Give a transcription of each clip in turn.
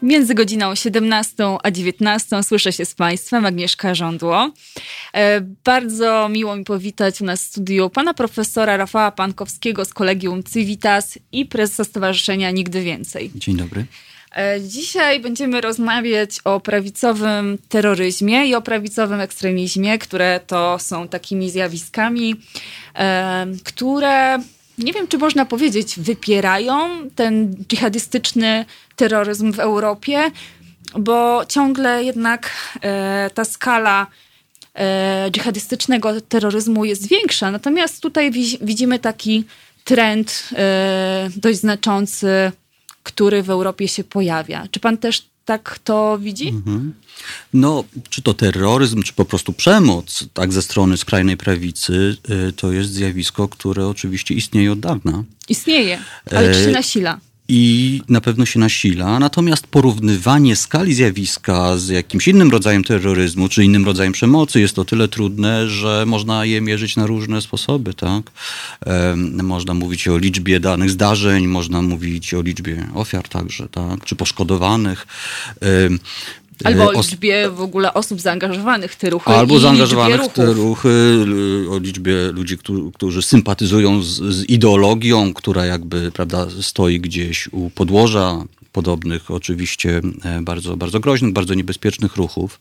Między godziną 17 a 19 słyszę się z Państwem, Agnieszka Żądło. Bardzo miło mi powitać u nas w studiu pana profesora Rafała Pankowskiego z Collegium Civitas i prezesa Stowarzyszenia Nigdy Więcej. Dzień dobry. Dzisiaj będziemy rozmawiać o prawicowym terroryzmie i o prawicowym ekstremizmie, które to są takimi zjawiskami, które, nie wiem czy można powiedzieć, wypierają ten dżihadystyczny terroryzm w Europie, bo ciągle jednak ta skala dżihadystycznego terroryzmu jest większa. Natomiast tutaj widzimy taki trend dość znaczący, który w Europie się pojawia. Czy pan też tak to widzi? No, czy to terroryzm, czy po prostu przemoc, tak ze strony skrajnej prawicy, to jest zjawisko, które oczywiście istnieje od dawna. Istnieje, ale czy się nasila? I na pewno się nasila, natomiast porównywanie skali zjawiska z jakimś innym rodzajem terroryzmu, czy innym rodzajem przemocy jest o tyle trudne, że można je mierzyć na różne sposoby, tak? Można mówić o liczbie danych zdarzeń, można mówić o liczbie ofiar także, tak? Czy poszkodowanych. Albo o liczbie w ogóle osób zaangażowanych w te ruchy. Albo zaangażowanych w te ruchy, o liczbie ludzi, którzy sympatyzują z ideologią, która jakby, prawda, stoi gdzieś u podłoża podobnych, oczywiście bardzo, bardzo groźnych, bardzo niebezpiecznych ruchów.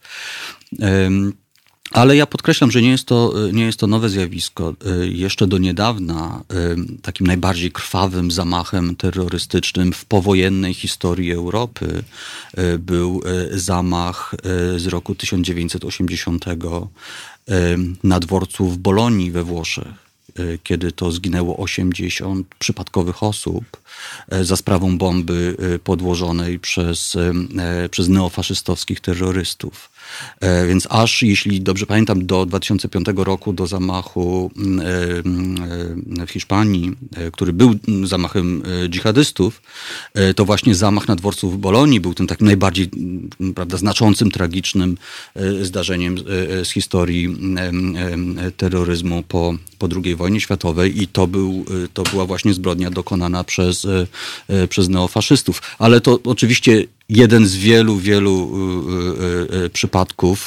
Ale ja podkreślam, że nie jest to nowe zjawisko. Jeszcze do niedawna takim najbardziej krwawym zamachem terrorystycznym w powojennej historii Europy był zamach z roku 1980 na dworcu w Bolonii we Włoszech, kiedy to zginęło 80 przypadkowych osób za sprawą bomby podłożonej przez neofaszystowskich terrorystów. Więc aż, jeśli dobrze pamiętam, do 2005 roku, do zamachu w Hiszpanii, który był zamachem dżihadystów, to właśnie zamach na dworcu w Bolonii był tym takim najbardziej, prawda, znaczącym, tragicznym zdarzeniem z historii terroryzmu po II wojnie światowej i to była właśnie zbrodnia dokonana przez neofaszystów. Ale to oczywiście jeden z wielu przypadków.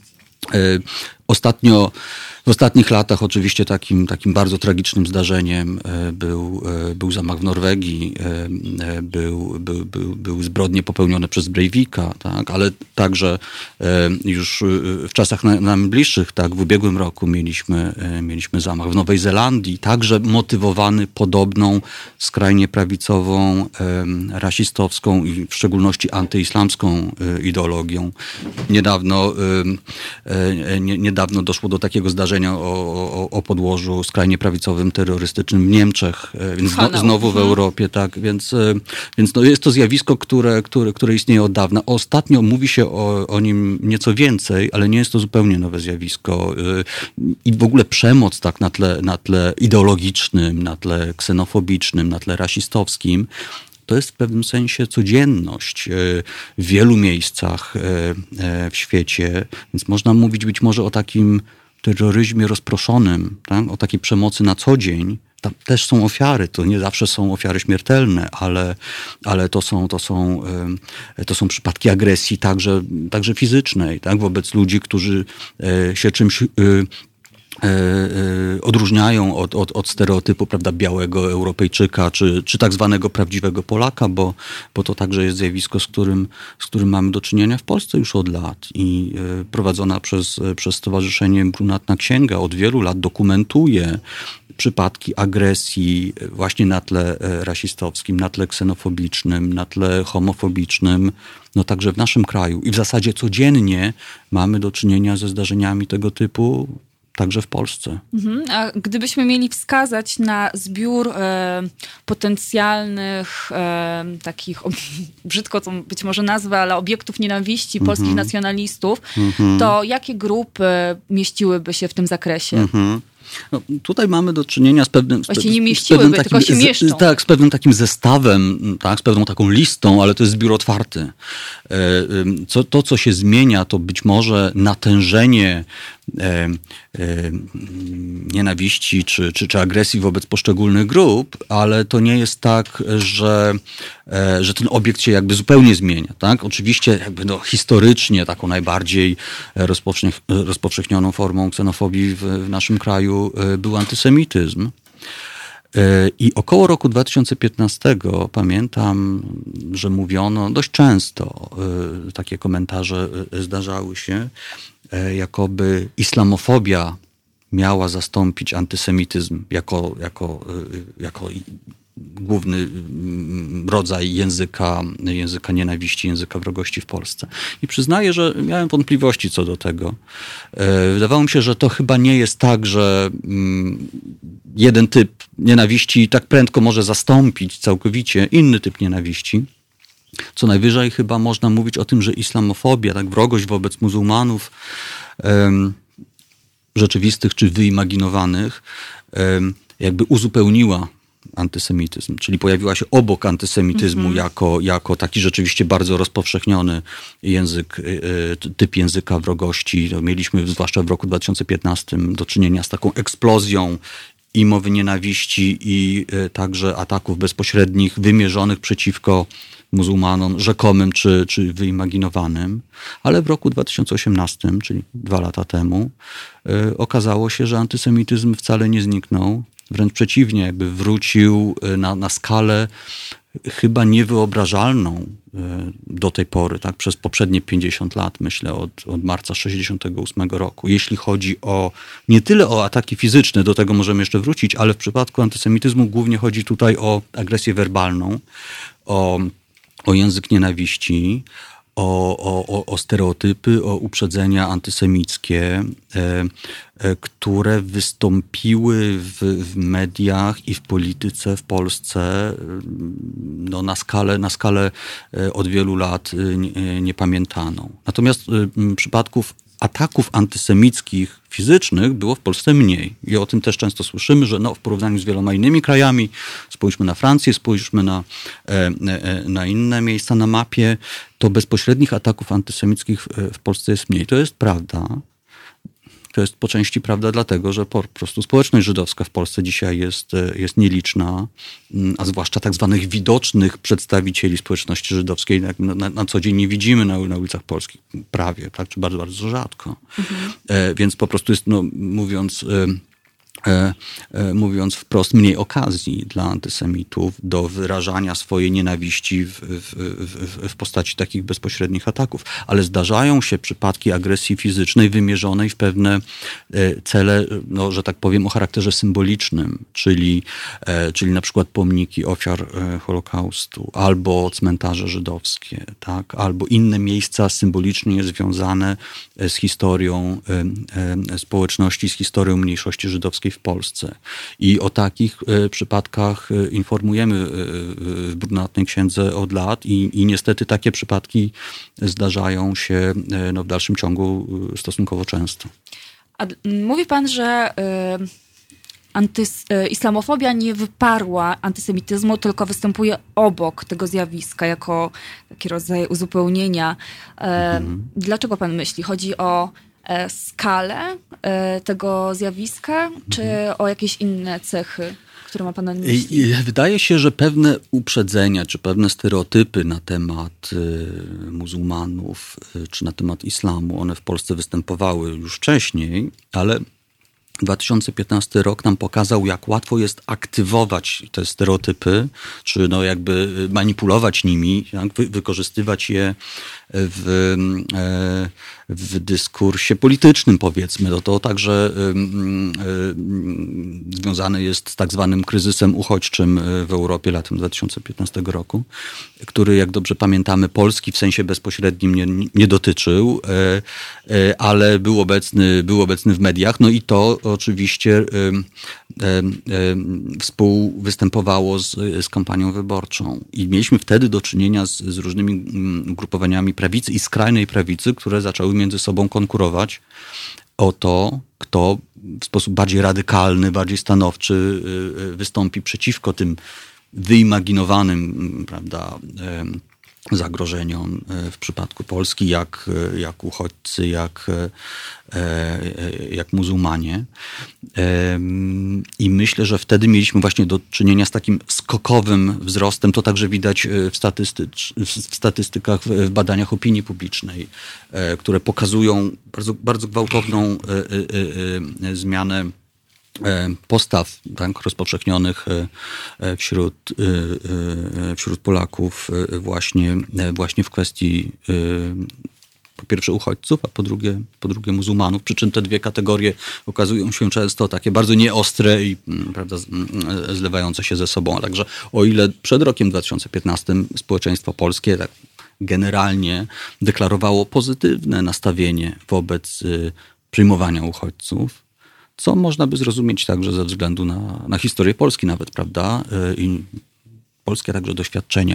W ostatnich latach oczywiście takim bardzo tragicznym zdarzeniem był zamach w Norwegii, były zbrodnie popełnione przez Breivika, tak? Ale także już w czasach nam bliższych, tak, w ubiegłym roku mieliśmy zamach w Nowej Zelandii, także motywowany podobną skrajnie prawicową, rasistowską i w szczególności antyislamską ideologią. Niedawno doszło do takiego zdarzenia o podłożu skrajnie prawicowym, terrorystycznym w Niemczech, więc znowu w Europie, tak, więc no jest to zjawisko, które istnieje od dawna. Ostatnio mówi się o nim nieco więcej, ale nie jest to zupełnie nowe zjawisko i w ogóle przemoc tak na tle ideologicznym, na tle ksenofobicznym, na tle rasistowskim. To jest w pewnym sensie codzienność w wielu miejscach w świecie, więc można mówić być może o takim terroryzmie rozproszonym, tak? O takiej przemocy na co dzień. Tam też są ofiary, to nie zawsze są ofiary śmiertelne, ale to są przypadki agresji także fizycznej, tak? Wobec ludzi, którzy się czymś odróżniają od stereotypu, prawda, białego Europejczyka, czy tak zwanego prawdziwego Polaka, bo to także jest zjawisko, z którym mamy do czynienia w Polsce już od lat i prowadzona przez Stowarzyszenie Brunatna Księga od wielu lat dokumentuje przypadki agresji właśnie na tle rasistowskim, na tle ksenofobicznym, na tle homofobicznym, no także w naszym kraju. I w zasadzie codziennie mamy do czynienia ze zdarzeniami tego typu, także w Polsce. A gdybyśmy mieli wskazać na zbiór potencjalnych takich, brzydko to być może nazwę, ale obiektów nienawiści polskich nacjonalistów, to jakie grupy mieściłyby się w tym zakresie? No, tutaj mamy do czynienia z pewnym... Właściwie nie mieściłyby, tylko się mieszczą. Tak, z pewnym takim zestawem, tak, z pewną taką listą, ale to jest zbiór otwarty. To, co się zmienia, to być może natężenie nienawiści czy agresji wobec poszczególnych grup, ale to nie jest tak, że ten obiekt się jakby zupełnie zmienia. Tak? Oczywiście jakby historycznie taką najbardziej rozpowszechnioną formą ksenofobii w naszym kraju był antysemityzm. I około roku 2015 pamiętam, że mówiono dość często, takie komentarze zdarzały się, jakoby islamofobia miała zastąpić antysemityzm jako główny rodzaj języka nienawiści, języka wrogości w Polsce. I przyznaję, że miałem wątpliwości co do tego. Wydawało mi się, że to chyba nie jest tak, że jeden typ nienawiści tak prędko może zastąpić całkowicie inny typ nienawiści. Co najwyżej chyba można mówić o tym, że islamofobia, tak wrogość wobec muzułmanów rzeczywistych czy wyimaginowanych, jakby uzupełniła antysemityzm, czyli pojawiła się obok antysemityzmu jako taki rzeczywiście bardzo rozpowszechniony typ języka wrogości. Mieliśmy zwłaszcza w roku 2015 do czynienia z taką eksplozją i mowy nienawiści, i także ataków bezpośrednich wymierzonych przeciwko muzułmanom rzekomym czy wyimaginowanym. Ale w roku 2018, czyli 2 lata temu, okazało się, że antysemityzm wcale nie zniknął. Wręcz przeciwnie, jakby wrócił na skalę chyba niewyobrażalną do tej pory, tak, przez poprzednie 50 lat, myślę, od marca 1968 roku. Jeśli chodzi nie tyle o ataki fizyczne, do tego możemy jeszcze wrócić, ale w przypadku antysemityzmu głównie chodzi tutaj o agresję werbalną, o język nienawiści, o stereotypy, o uprzedzenia antysemickie, które wystąpiły w mediach i w polityce w Polsce na skalę od wielu lat niepamiętaną. Natomiast przypadków ataków antysemickich fizycznych było w Polsce mniej. I o tym też często słyszymy, że w porównaniu z wieloma innymi krajami, spójrzmy na Francję, spójrzmy na inne miejsca na mapie, to bezpośrednich ataków antysemickich w Polsce jest mniej. To jest prawda. To jest po części prawda dlatego, że po prostu społeczność żydowska w Polsce dzisiaj jest nieliczna, a zwłaszcza tak zwanych widocznych przedstawicieli społeczności żydowskiej na co dzień nie widzimy na ulicach polskich prawie, tak, czy bardzo, bardzo rzadko. Więc po prostu jest, mówiąc wprost, mniej okazji dla antysemitów do wyrażania swojej nienawiści w postaci takich bezpośrednich ataków. Ale zdarzają się przypadki agresji fizycznej wymierzonej w pewne cele, że tak powiem, o charakterze symbolicznym, czyli na przykład pomniki ofiar Holokaustu, albo cmentarze żydowskie, tak? Albo inne miejsca symbolicznie związane z historią społeczności, z historią mniejszości żydowskiej w Polsce. I o takich przypadkach informujemy w Brunatnej Księdze od lat i niestety takie przypadki zdarzają się w dalszym ciągu stosunkowo często. A mówi pan, że islamofobia nie wyparła antysemityzmu, tylko występuje obok tego zjawiska jako taki rodzaj uzupełnienia. Dlaczego pan myśli? Chodzi o skalę tego zjawiska, czy o jakieś inne cechy, które ma pan na myśli? Wydaje się, że pewne uprzedzenia, czy pewne stereotypy na temat muzułmanów, czy na temat islamu, one w Polsce występowały już wcześniej, ale 2015 rok nam pokazał, jak łatwo jest aktywować te stereotypy, czy jakby manipulować nimi, wykorzystywać je w dyskursie politycznym, powiedzmy. To także związane jest z tak zwanym kryzysem uchodźczym w Europie latem 2015 roku, który, jak dobrze pamiętamy, Polski w sensie bezpośrednim nie dotyczył, ale był obecny w mediach. No i to oczywiście współwystępowało z kampanią wyborczą. I mieliśmy wtedy do czynienia z różnymi ugrupowaniami prawicy i skrajnej prawicy, które zaczęły między sobą konkurować o to, kto w sposób bardziej radykalny, bardziej stanowczy wystąpi przeciwko tym wyimaginowanym, prawda, zagrożeniom w przypadku Polski, jak uchodźcy, jak muzułmanie. I myślę, że wtedy mieliśmy właśnie do czynienia z takim skokowym wzrostem. To także widać w statystykach, w badaniach opinii publicznej, które pokazują bardzo, bardzo gwałtowną zmianę postaw, tak, rozpowszechnionych wśród Polaków właśnie w kwestii po pierwsze uchodźców, a po drugie muzułmanów. Przy czym te dwie kategorie okazują się często takie bardzo nieostre i, prawda, zlewające się ze sobą. A także o ile przed rokiem 2015 społeczeństwo polskie tak generalnie deklarowało pozytywne nastawienie wobec przyjmowania uchodźców, co można by zrozumieć także ze względu na historię Polski nawet, prawda? I polskie także doświadczenia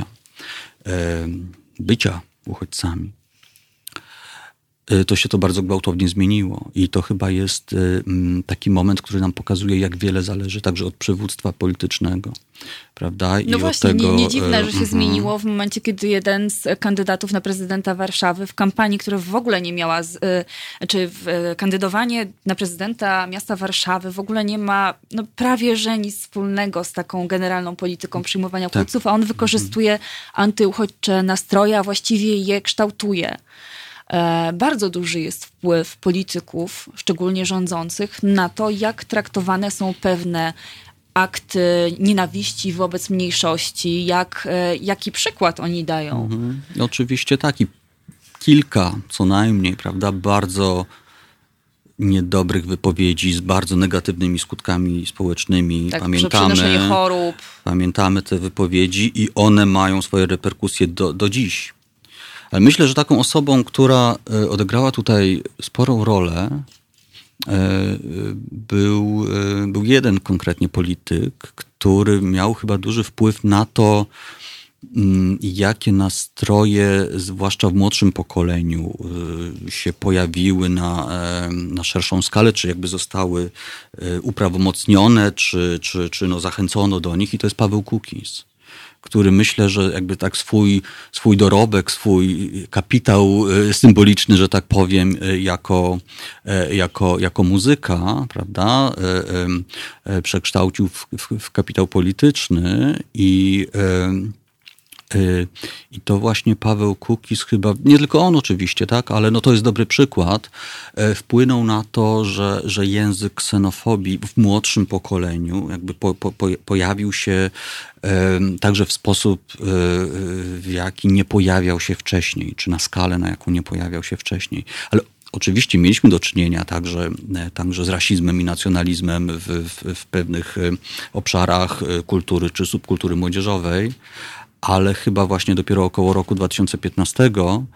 bycia uchodźcami. To się to bardzo gwałtownie zmieniło i to chyba jest taki moment, który nam pokazuje, jak wiele zależy także od przywództwa politycznego, prawda? No właśnie, od tego, nie dziwne, że się zmieniło w momencie, kiedy jeden z kandydatów na prezydenta Warszawy w kampanii, która w ogóle nie miała, kandydowanie na prezydenta miasta Warszawy w ogóle nie ma prawie że nic wspólnego z taką generalną polityką przyjmowania uchodźców, a on wykorzystuje antyuchodźcze nastroje, a właściwie je kształtuje. Bardzo duży jest wpływ polityków, szczególnie rządzących, na to, jak traktowane są pewne akty nienawiści wobec mniejszości, jaki przykład oni dają. Oczywiście tak i kilka co najmniej, prawda, bardzo niedobrych wypowiedzi z bardzo negatywnymi skutkami społecznymi. Tak, przenoszenie chorób. Pamiętamy te wypowiedzi i one mają swoje reperkusje do dziś. Ale myślę, że taką osobą, która odegrała tutaj sporą rolę, był jeden konkretnie polityk, który miał chyba duży wpływ na to, jakie nastroje, zwłaszcza w młodszym pokoleniu, się pojawiły na szerszą skalę, czy jakby zostały uprawomocnione, czy zachęcono do nich. I to jest Paweł Kukiz, który myślę, że jakby tak swój dorobek, swój kapitał symboliczny, że tak powiem, jako muzyka, prawda, przekształcił w kapitał polityczny i to właśnie Paweł Kukiz chyba, nie tylko on oczywiście, tak, ale to jest dobry przykład, wpłynął na to, że język ksenofobii w młodszym pokoleniu jakby pojawił się także w sposób, w jaki nie pojawiał się wcześniej, czy na skalę, na jaką nie pojawiał się wcześniej. Ale oczywiście mieliśmy do czynienia także z rasizmem i nacjonalizmem w pewnych obszarach kultury czy subkultury młodzieżowej, ale chyba właśnie dopiero około roku 2015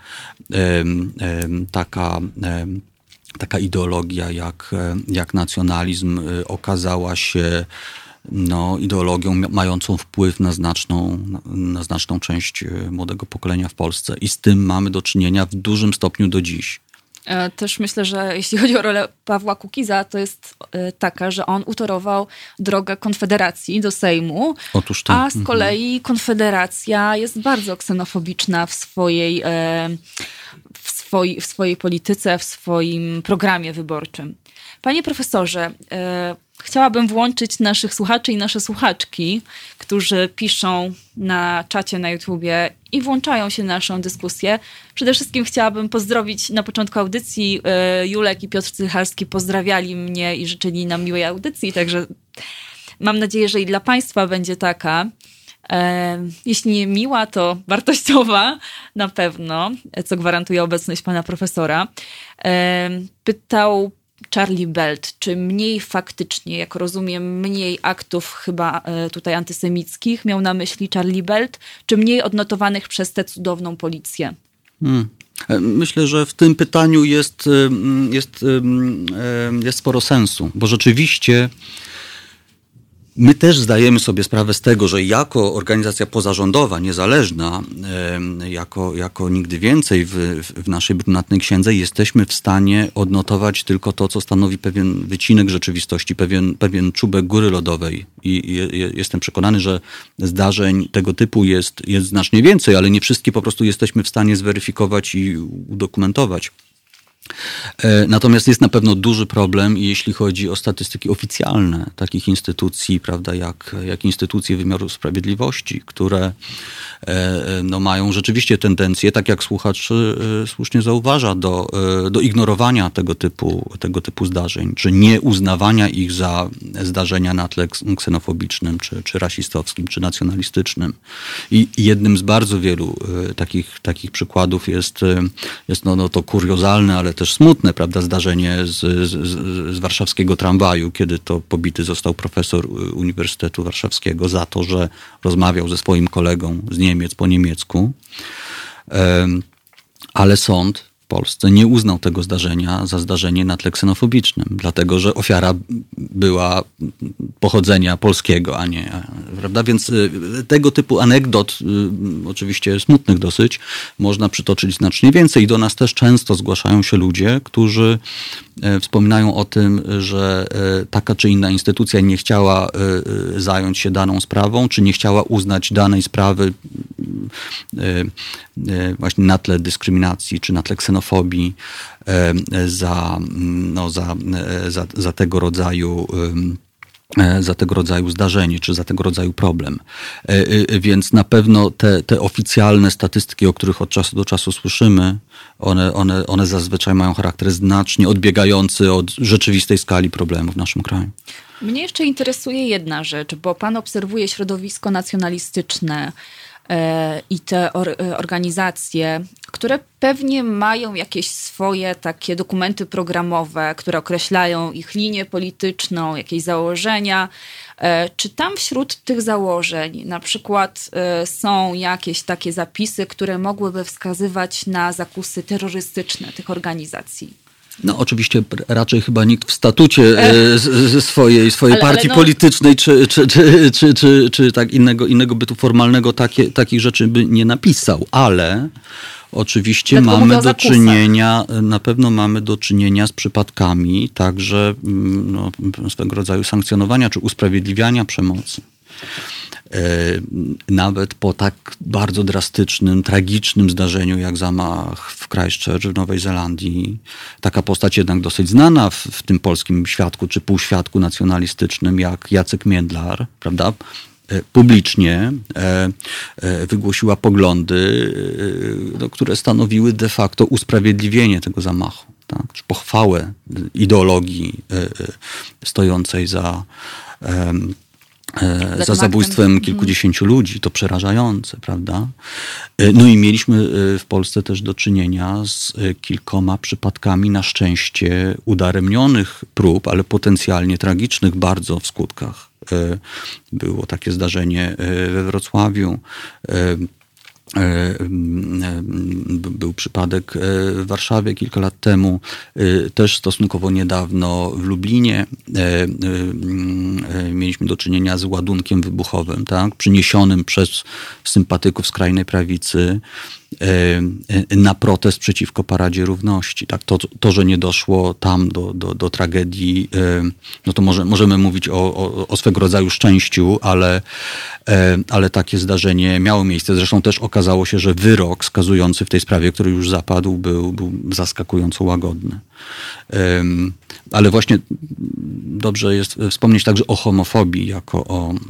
taka ideologia jak nacjonalizm okazała się ideologią mającą wpływ na znaczną część młodego pokolenia w Polsce. I z tym mamy do czynienia w dużym stopniu do dziś. Też myślę, że jeśli chodzi o rolę Pawła Kukiza, to jest taka, że on utorował drogę Konfederacji do Sejmu, Otóż to. A z kolei Konfederacja jest bardzo ksenofobiczna w swojej polityce, w swoim programie wyborczym. Panie profesorze, chciałabym włączyć naszych słuchaczy i nasze słuchaczki, którzy piszą na czacie na YouTubie i włączają się w naszą dyskusję. Przede wszystkim chciałabym pozdrowić na początku audycji. Julek i Piotr Cychalski pozdrawiali mnie i życzyli nam miłej audycji, także mam nadzieję, że i dla Państwa będzie taka. Jeśli nie miła, to wartościowa na pewno, co gwarantuje obecność pana profesora. Pytał Charlie Belt, czy mniej faktycznie, jak rozumiem, mniej aktów chyba tutaj antysemickich miał na myśli Charlie Belt, czy mniej odnotowanych przez tę cudowną policję? Myślę, że w tym pytaniu jest sporo sensu, bo rzeczywiście My też zdajemy sobie sprawę z tego, że jako organizacja pozarządowa, niezależna, jako nigdy więcej w naszej brunatnej księdze jesteśmy w stanie odnotować tylko to, co stanowi pewien wycinek rzeczywistości, pewien czubek góry lodowej. I jestem przekonany, że zdarzeń tego typu jest znacznie więcej, ale nie wszystkie po prostu jesteśmy w stanie zweryfikować i udokumentować. Natomiast jest na pewno duży problem, jeśli chodzi o statystyki oficjalne takich instytucji, prawda, jak instytucje wymiaru sprawiedliwości, które mają rzeczywiście tendencję, tak jak słuchacz słusznie zauważa, do ignorowania tego typu zdarzeń, czy nie uznawania ich za zdarzenia na tle ksenofobicznym, czy rasistowskim, czy nacjonalistycznym. I jednym z bardzo wielu takich przykładów jest to kuriozalne, ale też smutne, prawda, zdarzenie z warszawskiego tramwaju, kiedy to pobity został profesor Uniwersytetu Warszawskiego za to, że rozmawiał ze swoim kolegą z Niemiec po niemiecku. Ale sąd w Polsce nie uznał tego zdarzenia za zdarzenie na tle ksenofobicznym, dlatego że ofiara była pochodzenia polskiego, a nie, prawda? Więc tego typu anegdot, oczywiście smutnych dosyć, można przytoczyć znacznie więcej. I do nas też często zgłaszają się ludzie, którzy wspominają o tym, że taka czy inna instytucja nie chciała zająć się daną sprawą, czy nie chciała uznać danej sprawy właśnie na tle dyskryminacji, czy na tle ksenofobii za tego rodzaju zdarzenie, czy za tego rodzaju problem. Więc na pewno te oficjalne statystyki, o których od czasu do czasu słyszymy, one zazwyczaj mają charakter znacznie odbiegający od rzeczywistej skali problemu w naszym kraju. Mnie jeszcze interesuje jedna rzecz, bo pan obserwuje środowisko nacjonalistyczne i te organizacje, które pewnie mają jakieś swoje takie dokumenty programowe, które określają ich linię polityczną, jakieś założenia. Czy tam wśród tych założeń na przykład są jakieś takie zapisy, które mogłyby wskazywać na zakusy terrorystyczne tych organizacji? No oczywiście raczej chyba nikt w statucie swojej partii politycznej czy tak innego bytu formalnego takich rzeczy by nie napisał, ale oczywiście na pewno mamy do czynienia z przypadkami także swego rodzaju sankcjonowania czy usprawiedliwiania przemocy. Nawet po tak bardzo drastycznym, tragicznym zdarzeniu jak zamach w Christchurch w Nowej Zelandii, taka postać jednak dosyć znana w tym polskim świadku czy półświadku nacjonalistycznym jak Jacek Międlar, prawda, publicznie wygłosiła poglądy, które stanowiły de facto usprawiedliwienie tego zamachu, tak? Czy pochwałę ideologii stojącej za zabójstwem kilkudziesięciu ludzi. To przerażające, prawda? No i mieliśmy w Polsce też do czynienia z kilkoma przypadkami na szczęście udaremnionych prób, ale potencjalnie tragicznych bardzo w skutkach. Było takie zdarzenie we Wrocławiu. Był przypadek w Warszawie kilka lat temu, też stosunkowo niedawno w Lublinie mieliśmy do czynienia z ładunkiem wybuchowym, tak, przyniesionym przez sympatyków skrajnej prawicy na protest przeciwko Paradzie Równości. Tak, to, że nie doszło tam do tragedii, no to możemy mówić o swego rodzaju szczęściu, ale takie zdarzenie miało miejsce. Zresztą też okazało się, że wyrok skazujący w tej sprawie, który już zapadł, był zaskakująco łagodny. Ale właśnie dobrze jest wspomnieć także o homofobii jako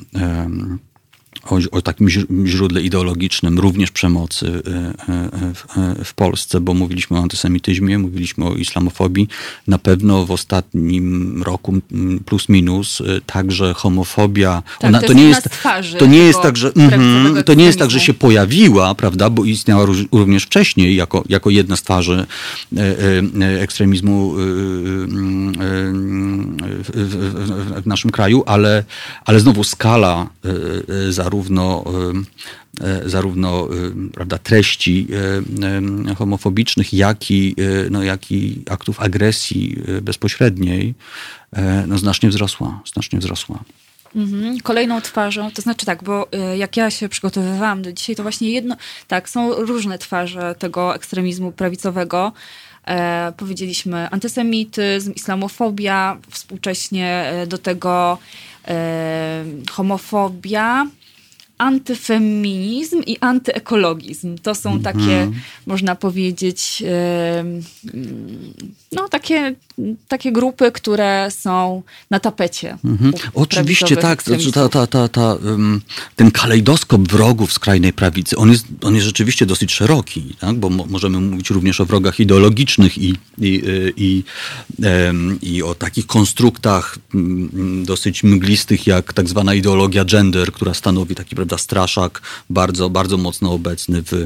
o takim źródle ideologicznym również przemocy w Polsce, bo mówiliśmy o antysemityzmie, mówiliśmy o islamofobii. Na pewno w ostatnim roku plus minus także homofobia. Tak, to nie jest tak, że się pojawiła, prawda, bo istniała również wcześniej jako jedna z twarzy ekstremizmu w naszym kraju, ale znowu skala zarówno prawda, treści homofobicznych, jak i aktów agresji bezpośredniej znacznie wzrosła. Kolejną twarzą, to znaczy tak, bo jak ja się przygotowywałam do dzisiaj, to właśnie są różne twarze tego ekstremizmu prawicowego. Powiedzieliśmy antysemityzm, islamofobia, współcześnie do tego homofobia, antyfeminizm i antyekologizm. To są takie, można powiedzieć, takie grupy, które są na tapecie. Oczywiście tak. Ten kalejdoskop wrogów skrajnej prawicy, on jest rzeczywiście dosyć szeroki, tak? Bo możemy mówić również o wrogach ideologicznych i o takich konstruktach dosyć mglistych, jak tak zwana ideologia gender, która stanowi taki, prawda, straszak bardzo, bardzo mocno obecny w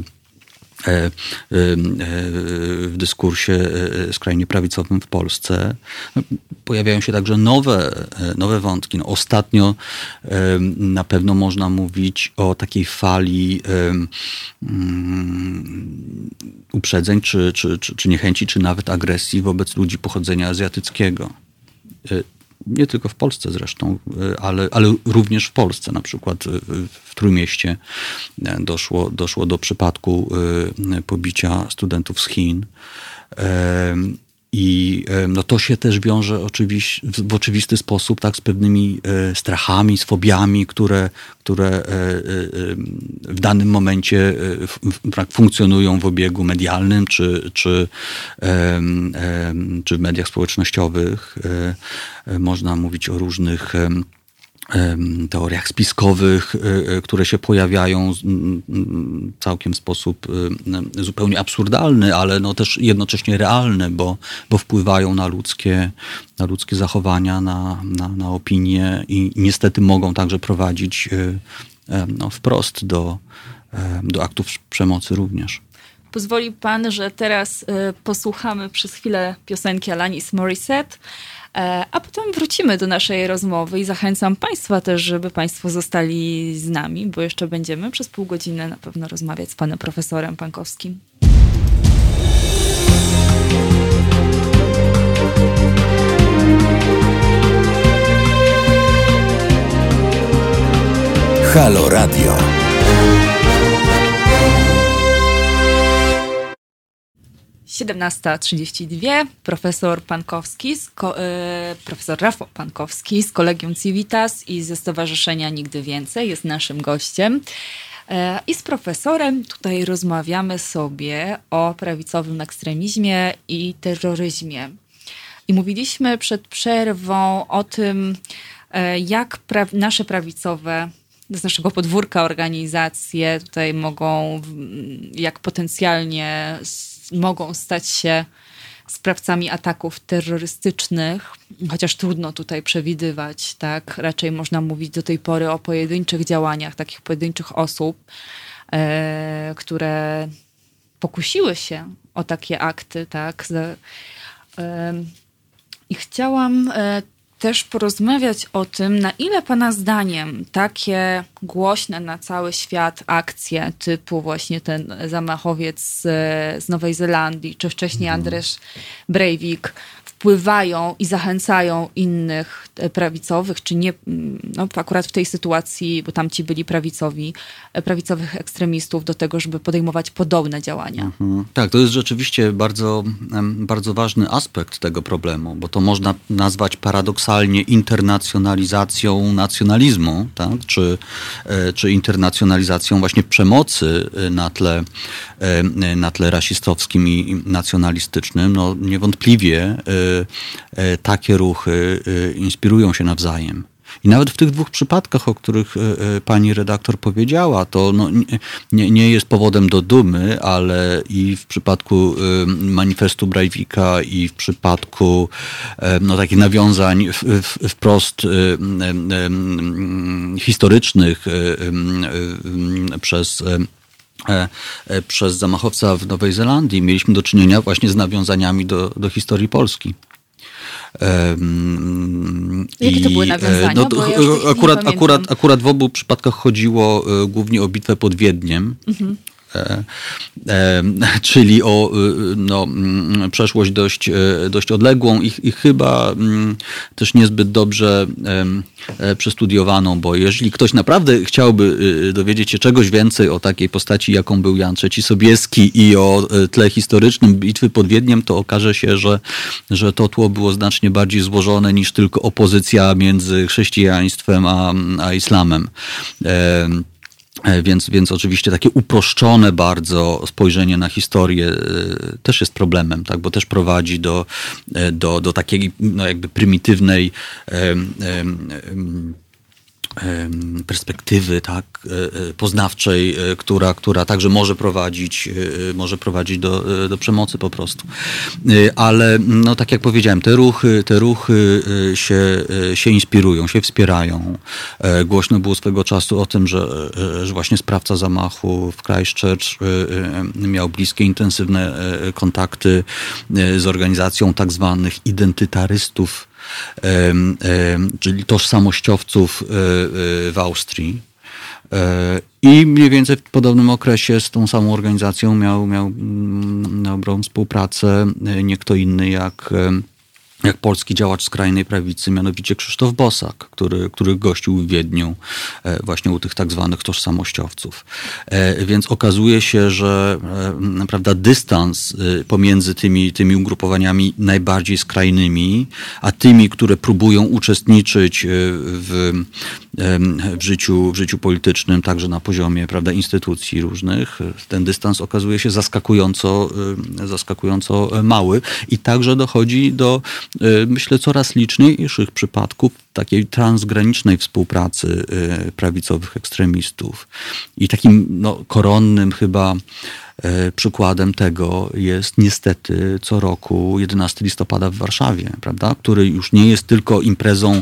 dyskursie skrajnie prawicowym w Polsce. Pojawiają się także nowe wątki. Ostatnio na pewno można mówić o takiej fali uprzedzeń, czy niechęci, czy nawet agresji wobec ludzi pochodzenia azjatyckiego. Nie tylko w Polsce zresztą, ale również w Polsce. Na przykład w Trójmieście doszło do przypadku pobicia studentów z Chin. I to się też wiąże w oczywisty sposób tak z pewnymi strachami, z fobiami, które w danym momencie funkcjonują w obiegu medialnym czy w mediach społecznościowych. Można mówić o różnych teoriach spiskowych, które się pojawiają całkiem w sposób zupełnie absurdalny, ale też jednocześnie realny, bo wpływają na ludzkie zachowania, na opinie i niestety mogą także prowadzić wprost do aktów przemocy również. Pozwoli pan, że teraz posłuchamy przez chwilę piosenki Alanis Morissette, a potem wrócimy do naszej rozmowy i zachęcam państwa też, żeby państwo zostali z nami, bo jeszcze będziemy przez pół godziny na pewno rozmawiać z panem profesorem Pankowskim. Halo Radio. Siedemnasta 32. Profesor Rafał Pankowski z Collegium Civitas i ze Stowarzyszenia Nigdy Więcej jest naszym gościem. I z profesorem tutaj rozmawiamy sobie o prawicowym ekstremizmie i terroryzmie. I mówiliśmy przed przerwą o tym, jak nasze prawicowe, z naszego podwórka organizacje tutaj jak potencjalnie mogą stać się sprawcami ataków terrorystycznych, chociaż trudno tutaj przewidywać, tak? Raczej można mówić do tej pory o pojedynczych działaniach takich pojedynczych osób, które pokusiły się o takie akty, tak? I chciałam też porozmawiać o tym, na ile pana zdaniem takie głośne na cały świat akcje typu właśnie ten zamachowiec z Nowej Zelandii, czy wcześniej Anders Breivik wpływają i zachęcają innych prawicowych, czy nie, akurat w tej sytuacji, bo tamci byli prawicowych ekstremistów do tego, żeby podejmować podobne działania. Tak, to jest rzeczywiście bardzo, bardzo ważny aspekt tego problemu, bo to można nazwać paradoksalnie internacjonalizacją nacjonalizmu, tak? Czy internacjonalizacją właśnie przemocy na tle rasistowskim i nacjonalistycznym. Niewątpliwie takie ruchy inspirują się nawzajem. I nawet w tych dwóch przypadkach, o których pani redaktor powiedziała, to nie jest powodem do dumy, ale i w przypadku manifestu Breivika i w przypadku takich nawiązań wprost historycznych przez zamachowca w Nowej Zelandii mieliśmy do czynienia właśnie z nawiązaniami do historii Polski. Jakie to były nawiązania? Akurat w obu przypadkach chodziło głównie o bitwę pod Wiedniem. czyli o przeszłość dość odległą i chyba też niezbyt dobrze przestudiowaną, bo jeżeli ktoś naprawdę chciałby dowiedzieć się czegoś więcej o takiej postaci, jaką był Jan III Sobieski i o tle historycznym bitwy pod Wiedniem, to okaże się, że to tło było znacznie bardziej złożone niż tylko opozycja między chrześcijaństwem a islamem. Więc oczywiście takie uproszczone bardzo spojrzenie na historię też jest problemem, tak? Bo też prowadzi do takiej jakby prymitywnej perspektywy, tak, poznawczej, która także może prowadzić do przemocy po prostu. Ale tak jak powiedziałem, te ruchy się inspirują, się wspierają. Głośno było swego czasu o tym, że właśnie sprawca zamachu w Christchurch miał bliskie, intensywne kontakty z organizacją tak zwanych identytarystów, czyli tożsamościowców w Austrii. I mniej więcej w podobnym okresie z tą samą organizacją miał dobrą współpracę nie kto inny jak polski działacz skrajnej prawicy, mianowicie Krzysztof Bosak, który gościł w Wiedniu właśnie u tych tak zwanych tożsamościowców. Więc okazuje się, że prawda, dystans pomiędzy tymi ugrupowaniami najbardziej skrajnymi, a tymi, które próbują uczestniczyć w życiu politycznym, także na poziomie, prawda, instytucji różnych, ten dystans okazuje się zaskakująco mały i także dochodzi do, myślę, coraz liczniejszych przypadków takiej transgranicznej współpracy prawicowych ekstremistów. I takim koronnym chyba przykładem tego jest niestety co roku 11 listopada w Warszawie, prawda, który już nie jest tylko imprezą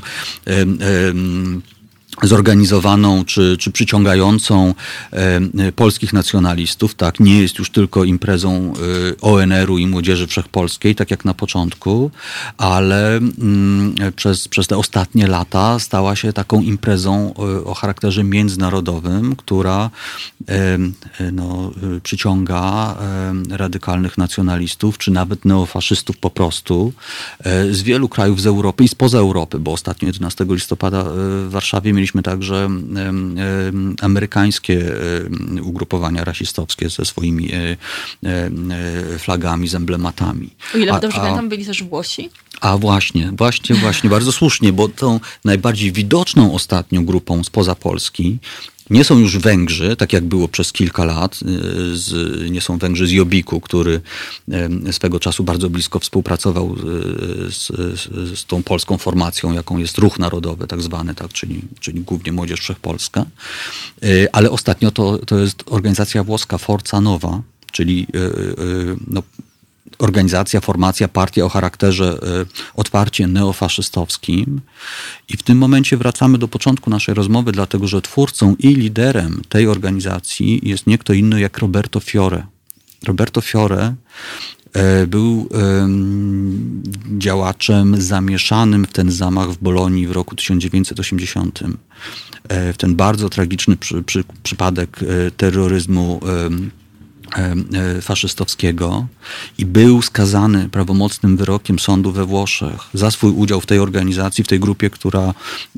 zorganizowaną czy przyciągającą polskich nacjonalistów, tak, nie jest już tylko imprezą ONR-u i Młodzieży Wszechpolskiej, tak jak na początku, ale przez te ostatnie lata stała się taką imprezą o charakterze międzynarodowym, która przyciąga radykalnych nacjonalistów, czy nawet neofaszystów po z wielu krajów z Europy i spoza Europy, bo ostatnio 11 listopada w Warszawie mieliśmy także amerykańskie ugrupowania rasistowskie ze swoimi flagami, z emblematami. O ile dobrze pamiętam, byli też Włosi? A właśnie, bardzo słusznie, bo tą najbardziej widoczną ostatnią grupą spoza Polski nie są już Węgrzy, tak jak było przez kilka lat. Nie są Węgrzy z Jobbiku, który swego czasu bardzo blisko współpracował z tą polską formacją, jaką jest Ruch Narodowy, tak zwany, tak, czyli głównie Młodzież Wszechpolska. Ale ostatnio to jest organizacja włoska Forza Nova, czyli organizacja, formacja, partia o charakterze otwarcie neofaszystowskim. I w tym momencie wracamy do początku naszej rozmowy, dlatego że twórcą i liderem tej organizacji jest nie kto inny jak Roberto Fiore. Roberto Fiore był działaczem zamieszanym w ten zamach w Bolonii w roku 1980. W ten bardzo tragiczny przypadek terroryzmu faszystowskiego i był skazany prawomocnym wyrokiem sądu we Włoszech za swój udział w tej organizacji, w tej grupie, która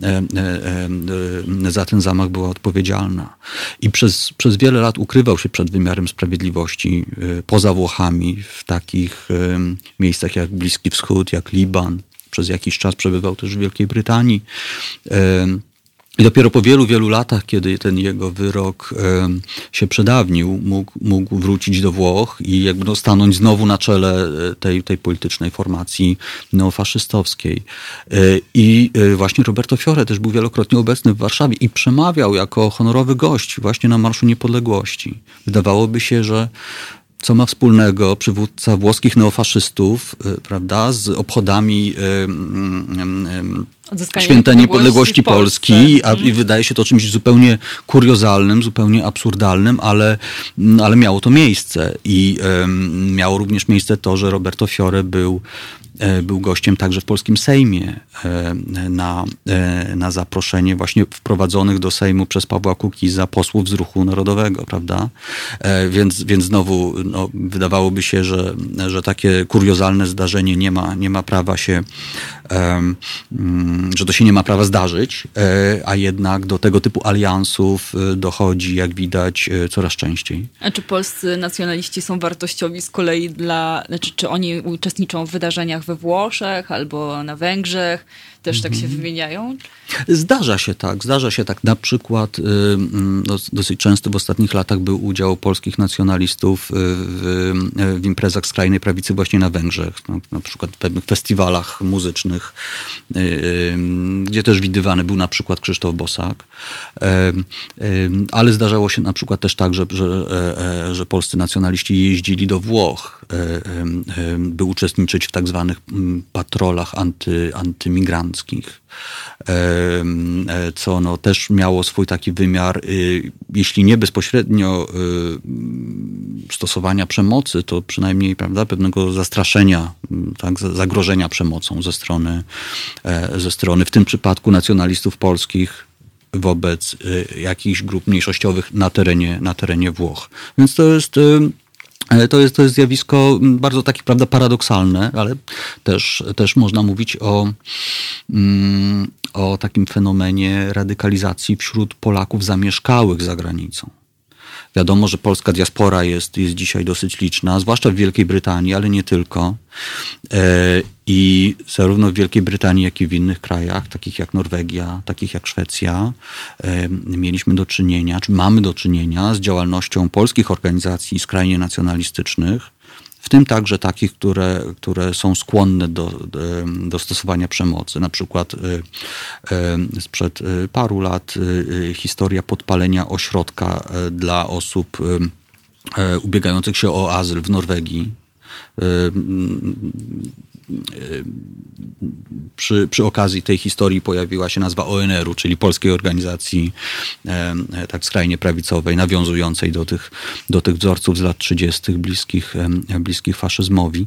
za ten zamach była odpowiedzialna. I przez wiele lat ukrywał się przed wymiarem sprawiedliwości poza Włochami, w takich miejscach jak Bliski Wschód, jak Liban. Przez jakiś czas przebywał też w Wielkiej Brytanii. I dopiero po wielu, wielu latach, kiedy ten jego wyrok się przedawnił, mógł wrócić do Włoch i jakby stanąć znowu na czele tej politycznej formacji neofaszystowskiej. I właśnie Roberto Fiore też był wielokrotnie obecny w Warszawie i przemawiał jako honorowy gość właśnie na Marszu Niepodległości. Wydawałoby się, że co ma wspólnego przywódca włoskich neofaszystów, prawda, z obchodami Święta Niepodległości Polski, i wydaje się to czymś zupełnie kuriozalnym, zupełnie absurdalnym, ale miało to miejsce. I miało również miejsce to, że Roberto Fiore był był gościem także w polskim Sejmie na zaproszenie właśnie wprowadzonych do Sejmu przez Pawła Kukiza posłów z Ruchu Narodowego, prawda? Więc znowu wydawałoby się, że takie kuriozalne zdarzenie nie ma prawa się, że to się nie ma prawa zdarzyć, a jednak do tego typu aliansów dochodzi, jak widać, coraz częściej. A czy polscy nacjonaliści są wartościowi z kolei czy oni uczestniczą w wydarzeniach we Włoszech albo na Węgrzech? Też tak się wymieniają? Zdarza się tak. Na przykład dosyć często w ostatnich latach był udział polskich nacjonalistów w imprezach skrajnej prawicy właśnie na Węgrzech. Na przykład w pewnych festiwalach muzycznych, gdzie też widywany był na przykład Krzysztof Bosak. Ale zdarzało się na przykład też tak, że polscy nacjonaliści jeździli do Włoch, by uczestniczyć w tak zwanych patrolach antymigranckich, co też miało swój taki wymiar, jeśli nie bezpośrednio stosowania przemocy, to przynajmniej, prawda, pewnego zastraszenia, tak, zagrożenia przemocą ze strony w tym przypadku nacjonalistów polskich wobec jakichś grup mniejszościowych na terenie Włoch. Więc to jest zjawisko bardzo takie, prawda, paradoksalne, ale też można mówić o takim fenomenie radykalizacji wśród Polaków zamieszkałych za granicą. Wiadomo, że polska diaspora jest dzisiaj dosyć liczna, zwłaszcza w Wielkiej Brytanii, ale nie tylko. I zarówno w Wielkiej Brytanii, jak i w innych krajach, takich jak Norwegia, takich jak Szwecja, mieliśmy do czynienia, czy mamy do czynienia z działalnością polskich organizacji skrajnie nacjonalistycznych, w tym także takich, które są skłonne do stosowania przemocy. Na przykład sprzed paru lat historia podpalenia ośrodka dla osób ubiegających się o azyl w Norwegii. Przy okazji tej historii pojawiła się nazwa ONR-u, czyli Polskiej Organizacji tak skrajnie prawicowej, nawiązującej do tych wzorców z lat 30. bliskich faszyzmowi.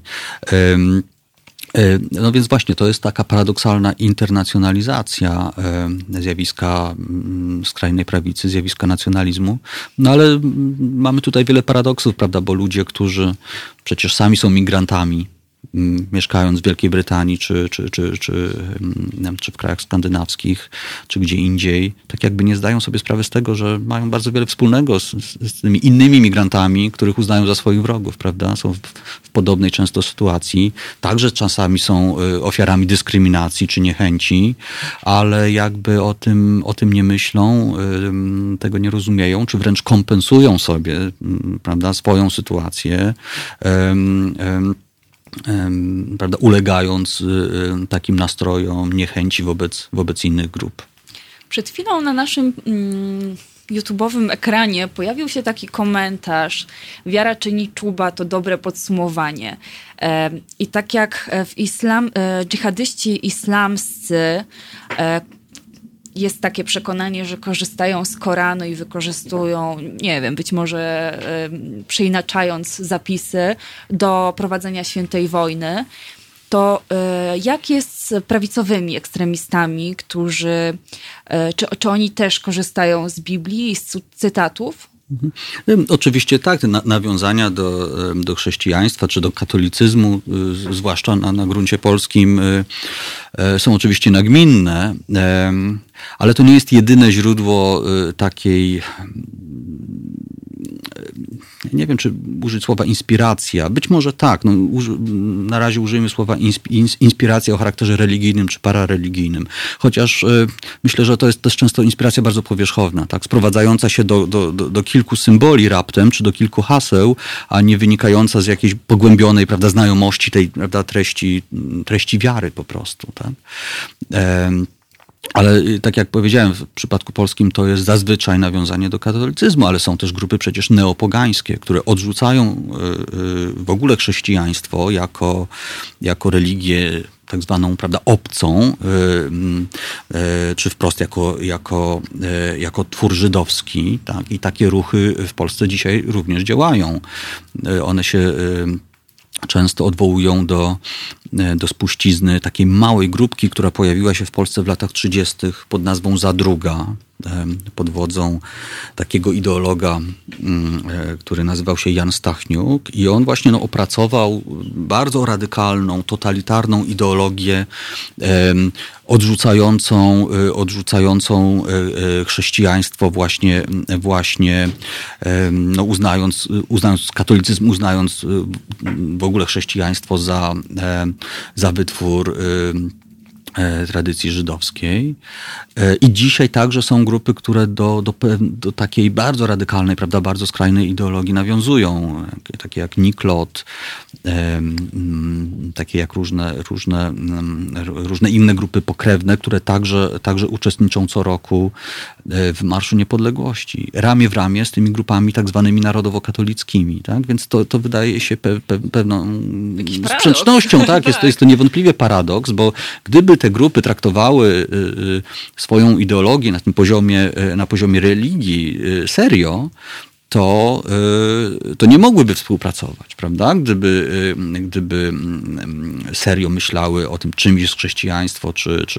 No więc właśnie to jest taka paradoksalna internacjonalizacja zjawiska skrajnej prawicy, zjawiska nacjonalizmu. No ale mamy tutaj wiele paradoksów, prawda, bo ludzie, którzy przecież sami są migrantami, mieszkając w Wielkiej Brytanii, czy w krajach skandynawskich, czy gdzie indziej, tak jakby nie zdają sobie sprawy z tego, że mają bardzo wiele wspólnego z tymi innymi migrantami, których uznają za swoich wrogów, prawda? Są w podobnej często sytuacji. Także czasami są ofiarami dyskryminacji czy niechęci, ale jakby o tym nie myślą, tego nie rozumieją, czy wręcz kompensują sobie, prawda, swoją sytuację, prawda, ulegając takim nastrojom niechęci wobec innych grup. Przed chwilą na naszym YouTube'owym ekranie pojawił się taki komentarz: wiara czyni czuba, to dobre podsumowanie. I tak jak dżihadyści islamscy jest takie przekonanie, że korzystają z Koranu i wykorzystują, nie wiem, być może przeinaczając zapisy do prowadzenia świętej wojny, to jak jest z prawicowymi ekstremistami, którzy, czy oni też korzystają z Biblii i z cytatów? Oczywiście tak, te nawiązania do chrześcijaństwa czy do katolicyzmu, zwłaszcza na gruncie polskim, są oczywiście nagminne, ale to nie jest jedyne źródło takiej, nie wiem, czy użyć słowa inspiracja. Być może tak. No, na razie użyjmy słowa inspiracja o charakterze religijnym czy parareligijnym. Chociaż myślę, że to jest też często inspiracja bardzo powierzchowna, tak? Sprowadzająca się do kilku symboli raptem, czy do kilku haseł, a nie wynikająca z jakiejś pogłębionej, prawda, znajomości tej, prawda, treści wiary po prostu. Tak? Ale tak jak powiedziałem, w przypadku polskim to jest zazwyczaj nawiązanie do katolicyzmu, ale są też grupy przecież neopogańskie, które odrzucają w ogóle chrześcijaństwo jako religię tak zwaną, prawda, obcą, czy wprost jako twór żydowski. Tak? I takie ruchy w Polsce dzisiaj również działają. One się często odwołują do spuścizny takiej małej grupki, która pojawiła się w Polsce w latach 30. pod nazwą Zadruga, pod wodzą takiego ideologa, który nazywał się Jan Stachniuk, i on właśnie opracował bardzo radykalną, totalitarną ideologię odrzucającą chrześcijaństwo, właśnie uznając katolicyzm, uznając w ogóle chrześcijaństwo za wytwór tradycji żydowskiej. I dzisiaj także są grupy, które do takiej bardzo radykalnej, prawda, bardzo skrajnej ideologii nawiązują. Takie jak Niklot, takie jak różne inne grupy pokrewne, które także uczestniczą co roku w Marszu Niepodległości. Ramię w ramię z tymi grupami tak zwanymi narodowo-katolickimi. Tak? Więc to wydaje się pewną sprzecznością. Tak? Jest to niewątpliwie paradoks, bo gdyby te grupy traktowały swoją ideologię na poziomie religii serio, to nie mogłyby współpracować, prawda? Gdyby serio myślały o tym, czym jest chrześcijaństwo,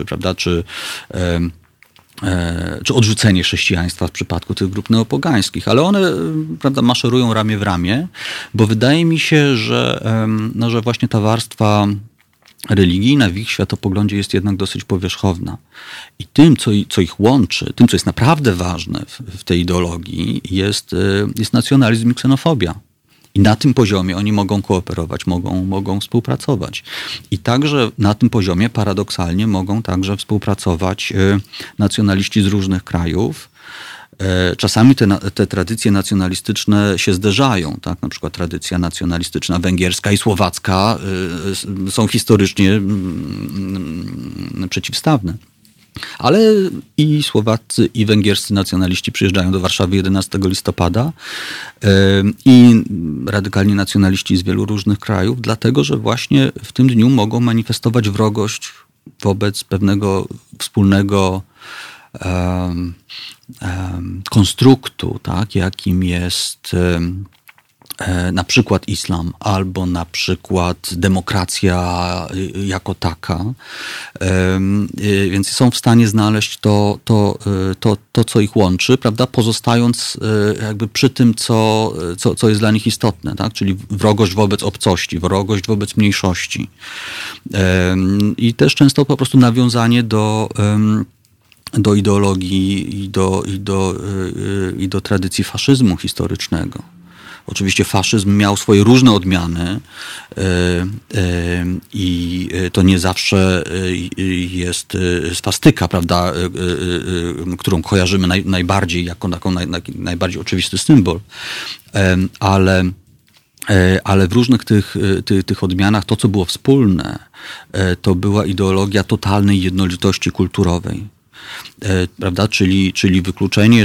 czy odrzucenie chrześcijaństwa w przypadku tych grup neopogańskich. Ale one, prawda, maszerują ramię w ramię, bo wydaje mi się, że właśnie ta warstwa religijna w ich światopoglądzie jest jednak dosyć powierzchowna. I tym, co ich łączy, tym, co jest naprawdę ważne w tej ideologii, jest nacjonalizm i ksenofobia. I na tym poziomie oni mogą kooperować, mogą współpracować. I także na tym poziomie paradoksalnie mogą także współpracować nacjonaliści z różnych krajów. Czasami te tradycje nacjonalistyczne się zderzają. Tak? Na przykład tradycja nacjonalistyczna węgierska i słowacka są historycznie przeciwstawne. Ale i słowaccy, i węgierscy nacjonaliści przyjeżdżają do Warszawy 11 listopada i radykalni nacjonaliści z wielu różnych krajów, dlatego że właśnie w tym dniu mogą manifestować wrogość wobec pewnego wspólnego konstruktu, tak, jakim jest na przykład islam, albo na przykład demokracja jako taka. Więc są w stanie znaleźć to, co ich łączy, prawda, pozostając jakby przy tym, co jest dla nich istotne, tak? Czyli wrogość wobec obcości, wrogość wobec mniejszości. I też często po prostu nawiązanie do ideologii i do tradycji faszyzmu historycznego. Oczywiście faszyzm miał swoje różne odmiany i to nie zawsze jest swastyka, prawda, którą kojarzymy najbardziej jako taką najbardziej oczywisty symbol, ale w różnych tych odmianach to, co było wspólne, to była ideologia totalnej jednolitości kulturowej. Prawda? Czyli wykluczenie,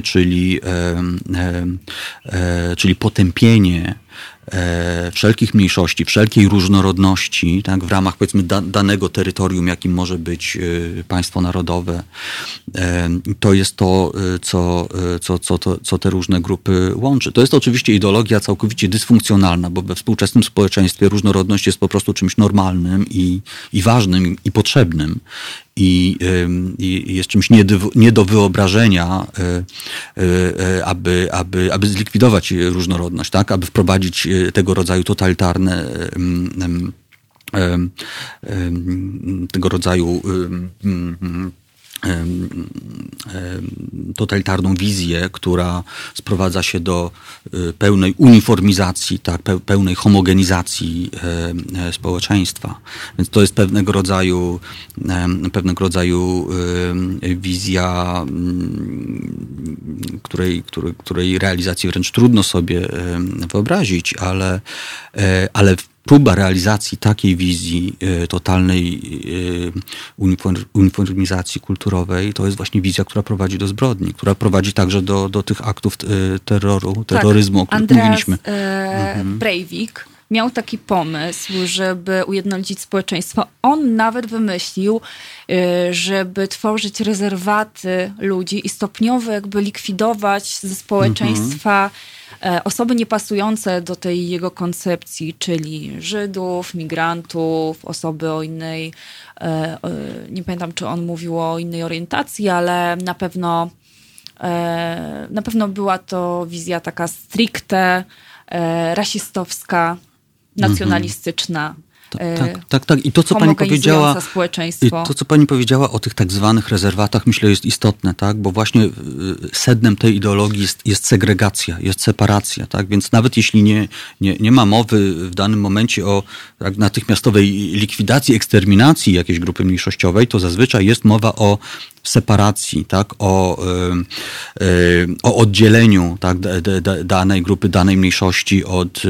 czyli potępienie wszelkich mniejszości, wszelkiej różnorodności, tak, w ramach, powiedzmy, danego terytorium, jakim może być państwo narodowe. To jest to, co te różne grupy łączy. To jest oczywiście ideologia całkowicie dysfunkcjonalna, bo we współczesnym społeczeństwie różnorodność jest po prostu czymś normalnym i ważnym i potrzebnym. I jest czymś nie do wyobrażenia, aby zlikwidować różnorodność, tak? Aby wprowadzić tego rodzaju totalitarne, tego rodzaju totalitarną wizję, która sprowadza się do pełnej uniformizacji, tak, pełnej homogenizacji społeczeństwa. Więc to jest pewnego rodzaju wizja, której realizacji wręcz trudno sobie wyobrazić, ale próba realizacji takiej wizji totalnej uniformizacji kulturowej to jest właśnie wizja, która prowadzi do zbrodni, która prowadzi także do tych aktów terroryzmu, o których mówiliśmy. Breivik miał taki pomysł, żeby ujednolicić społeczeństwo. On nawet wymyślił, żeby tworzyć rezerwaty ludzi i stopniowo jakby likwidować ze społeczeństwa osoby niepasujące do tej jego koncepcji, czyli Żydów, migrantów, osoby o innej, nie pamiętam, czy on mówił o innej orientacji, ale na pewno była to wizja taka stricte rasistowska, nacjonalistyczna. Tak. I to, co pani powiedziała o tych tak zwanych rezerwatach, myślę, jest istotne, tak? Bo właśnie sednem tej ideologii jest segregacja, jest separacja, tak? Więc nawet jeśli nie ma mowy w danym momencie o natychmiastowej likwidacji, eksterminacji jakiejś grupy mniejszościowej, to zazwyczaj jest mowa o separacji, tak? O oddzieleniu, tak? Danej grupy, danej mniejszości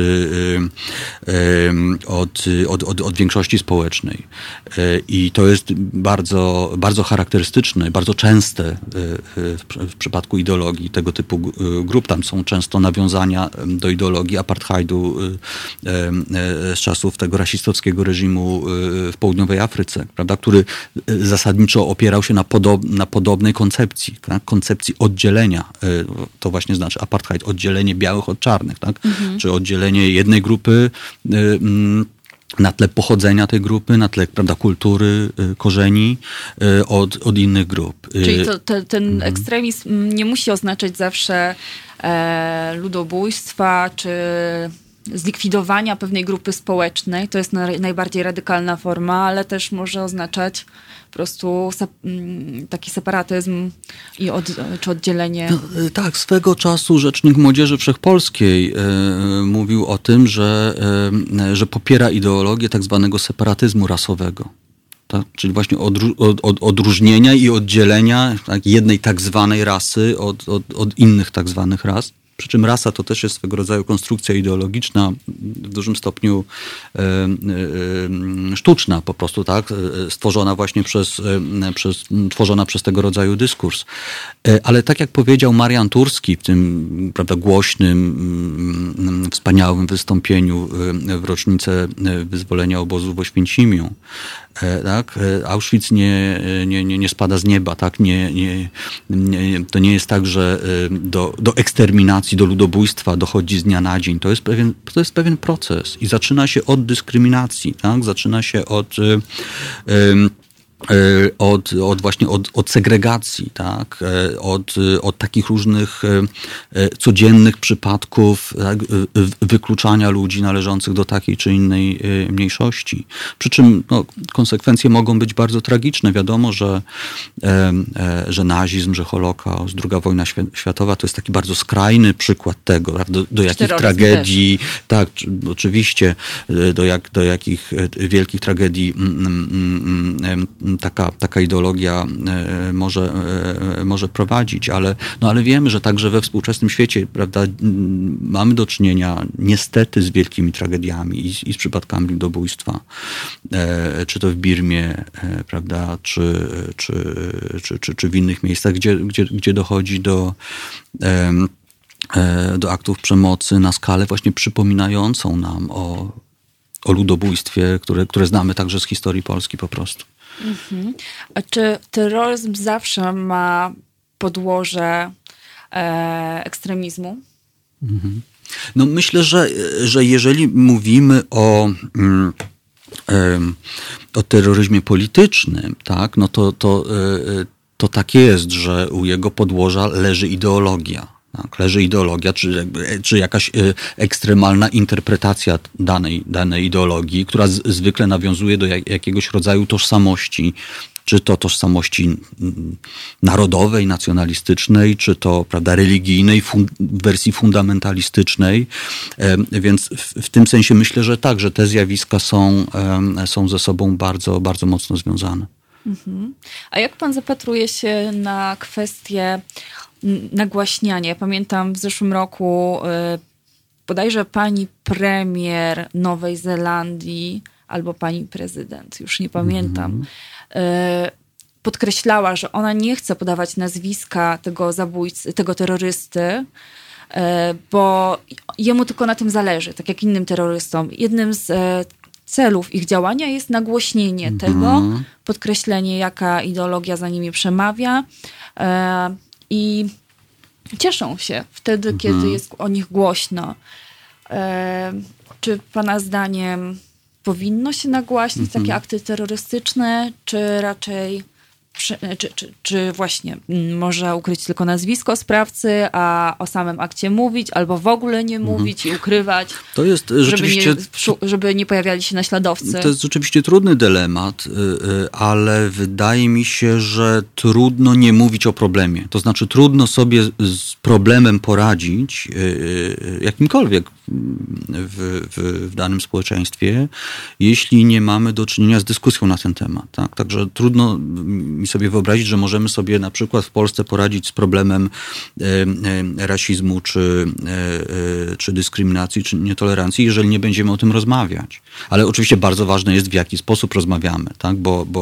od większości społecznej. I to jest bardzo, bardzo charakterystyczne, bardzo częste w przypadku ideologii tego typu grup. Tam są często nawiązania do ideologii apartheidu z czasów tego rasistowskiego reżimu w południowej Afryce, prawda? Który zasadniczo opierał się na podobnej koncepcji, tak? Koncepcji oddzielenia. To właśnie znaczy apartheid, oddzielenie białych od czarnych, tak? Czy oddzielenie jednej grupy na tle pochodzenia tej grupy, na tle, prawda, kultury, korzeni od innych grup. Czyli ten ekstremizm nie musi oznaczać zawsze ludobójstwa czy zlikwidowania pewnej grupy społecznej. To jest najbardziej radykalna forma, ale też może oznaczać po prostu taki separatyzm czy oddzielenie. No, tak, swego czasu Rzecznik Młodzieży Wszechpolskiej mówił o tym, że popiera ideologię tak zwanego separatyzmu rasowego. Tak? Czyli właśnie odróżnienia i oddzielenia jednej tak zwanej rasy od innych tak zwanych ras. Przy czym rasa to też jest swego rodzaju konstrukcja ideologiczna, w dużym stopniu sztuczna po prostu, tak? Stworzona właśnie tworzona przez tego rodzaju dyskurs. Ale tak jak powiedział Marian Turski w tym, prawda, głośnym, wspaniałym wystąpieniu w rocznicę wyzwolenia obozu w Oświęcimiu, tak? Auschwitz nie spada z nieba, tak? To nie jest tak, że do eksterminacji, do ludobójstwa dochodzi z dnia na dzień. To jest pewien proces i zaczyna się od dyskryminacji, tak? Zaczyna się od segregacji, tak? Od takich różnych codziennych przypadków, tak? Wykluczania ludzi należących do takiej czy innej mniejszości. Przy czym konsekwencje mogą być bardzo tragiczne. Wiadomo, że nazizm, że Holokaust, II wojna światowa to jest taki bardzo skrajny przykład tego, do jakich tragedii, tak, oczywiście, do jakich wielkich tragedii taka ideologia może prowadzić, ale wiemy, że także we współczesnym świecie, prawda, mamy do czynienia niestety z wielkimi tragediami i z przypadkami ludobójstwa. Czy to w Birmie, prawda, czy w innych miejscach, gdzie dochodzi do aktów przemocy na skalę właśnie przypominającą nam o ludobójstwie, które znamy także z historii Polski po prostu. A czy terroryzm zawsze ma podłoże ekstremizmu? No myślę, że jeżeli mówimy o terroryzmie politycznym, tak, no to tak jest, że u jego podłoża leży ideologia. Tak, leży ideologia, czy jakaś ekstremalna interpretacja danej ideologii, która zwykle nawiązuje do jakiegoś rodzaju tożsamości, czy to tożsamości narodowej, nacjonalistycznej, czy to, prawda, religijnej, w wersji fundamentalistycznej. Więc w tym sensie myślę, że tak, że te zjawiska są ze sobą bardzo, bardzo mocno związane. A jak pan zapatruje się na kwestię nagłaśniania? Ja pamiętam w zeszłym roku bodajże pani premier Nowej Zelandii albo pani prezydent, już nie pamiętam, podkreślała, że ona nie chce podawać nazwiska tego zabójcy, tego terrorysty, bo jemu tylko na tym zależy, tak jak innym terrorystom. Jednym z celów ich działania jest nagłośnienie tego, podkreślenie, jaka ideologia za nimi przemawia. I cieszą się wtedy, kiedy jest o nich głośno. Czy pana zdaniem powinno się nagłaśniać takie akty terrorystyczne, czy raczej czy właśnie może ukryć tylko nazwisko sprawcy, a o samym akcie mówić, albo w ogóle nie mówić i ukrywać, to jest rzeczywiście, żeby nie pojawiali się naśladowcy? To jest rzeczywiście trudny dylemat, ale wydaje mi się, że trudno nie mówić o problemie. To znaczy trudno sobie z problemem poradzić, jakimkolwiek w danym społeczeństwie, jeśli nie mamy do czynienia z dyskusją na ten temat. Tak? Także trudno mi sobie wyobrazić, że możemy sobie na przykład w Polsce poradzić z problemem rasizmu, czy dyskryminacji, czy nietolerancji, jeżeli nie będziemy o tym rozmawiać. Ale oczywiście bardzo ważne jest, w jaki sposób rozmawiamy, tak?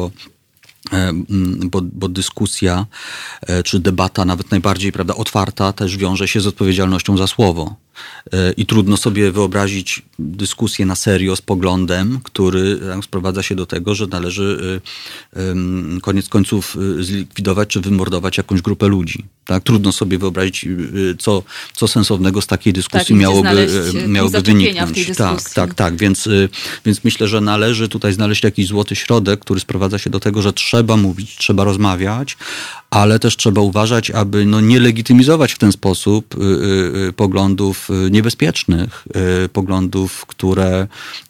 Bo dyskusja czy debata, nawet najbardziej, prawda, otwarta, też wiąże się z odpowiedzialnością za słowo. I trudno sobie wyobrazić dyskusję na serio z poglądem, który sprowadza się do tego, że należy koniec końców zlikwidować czy wymordować jakąś grupę ludzi. Tak? Trudno sobie wyobrazić, co sensownego z takiej dyskusji miałoby wyniknąć. Tak. Więc myślę, że należy tutaj znaleźć jakiś złoty środek, który sprowadza się do tego, że trzeba mówić, trzeba rozmawiać, ale też trzeba uważać, aby nie legitymizować w ten sposób poglądów niebezpiecznych, poglądów, które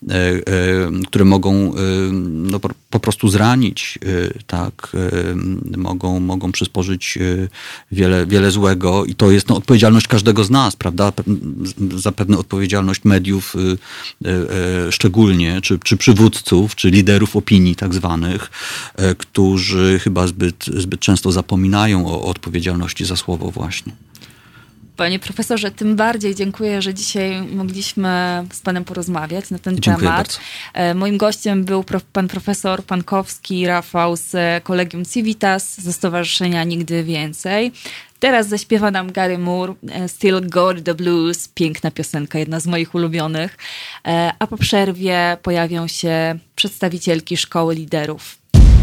mogą po prostu zranić, tak, mogą przysporzyć wiele złego i to jest odpowiedzialność każdego z nas, prawda? Zapewne odpowiedzialność mediów szczególnie, czy przywódców, czy liderów opinii tak zwanych, którzy chyba zbyt często zapominają o odpowiedzialności za słowo właśnie. Panie profesorze, tym bardziej dziękuję, że dzisiaj mogliśmy z panem porozmawiać na ten Dziękuję temat. Bardzo. Moim gościem był pan profesor Pankowski Rafał z Collegium Civitas, ze Stowarzyszenia Nigdy Więcej. Teraz zaśpiewa nam Gary Moore, Still Got the Blues, piękna piosenka, jedna z moich ulubionych. A po przerwie pojawią się przedstawicielki Szkoły Liderów.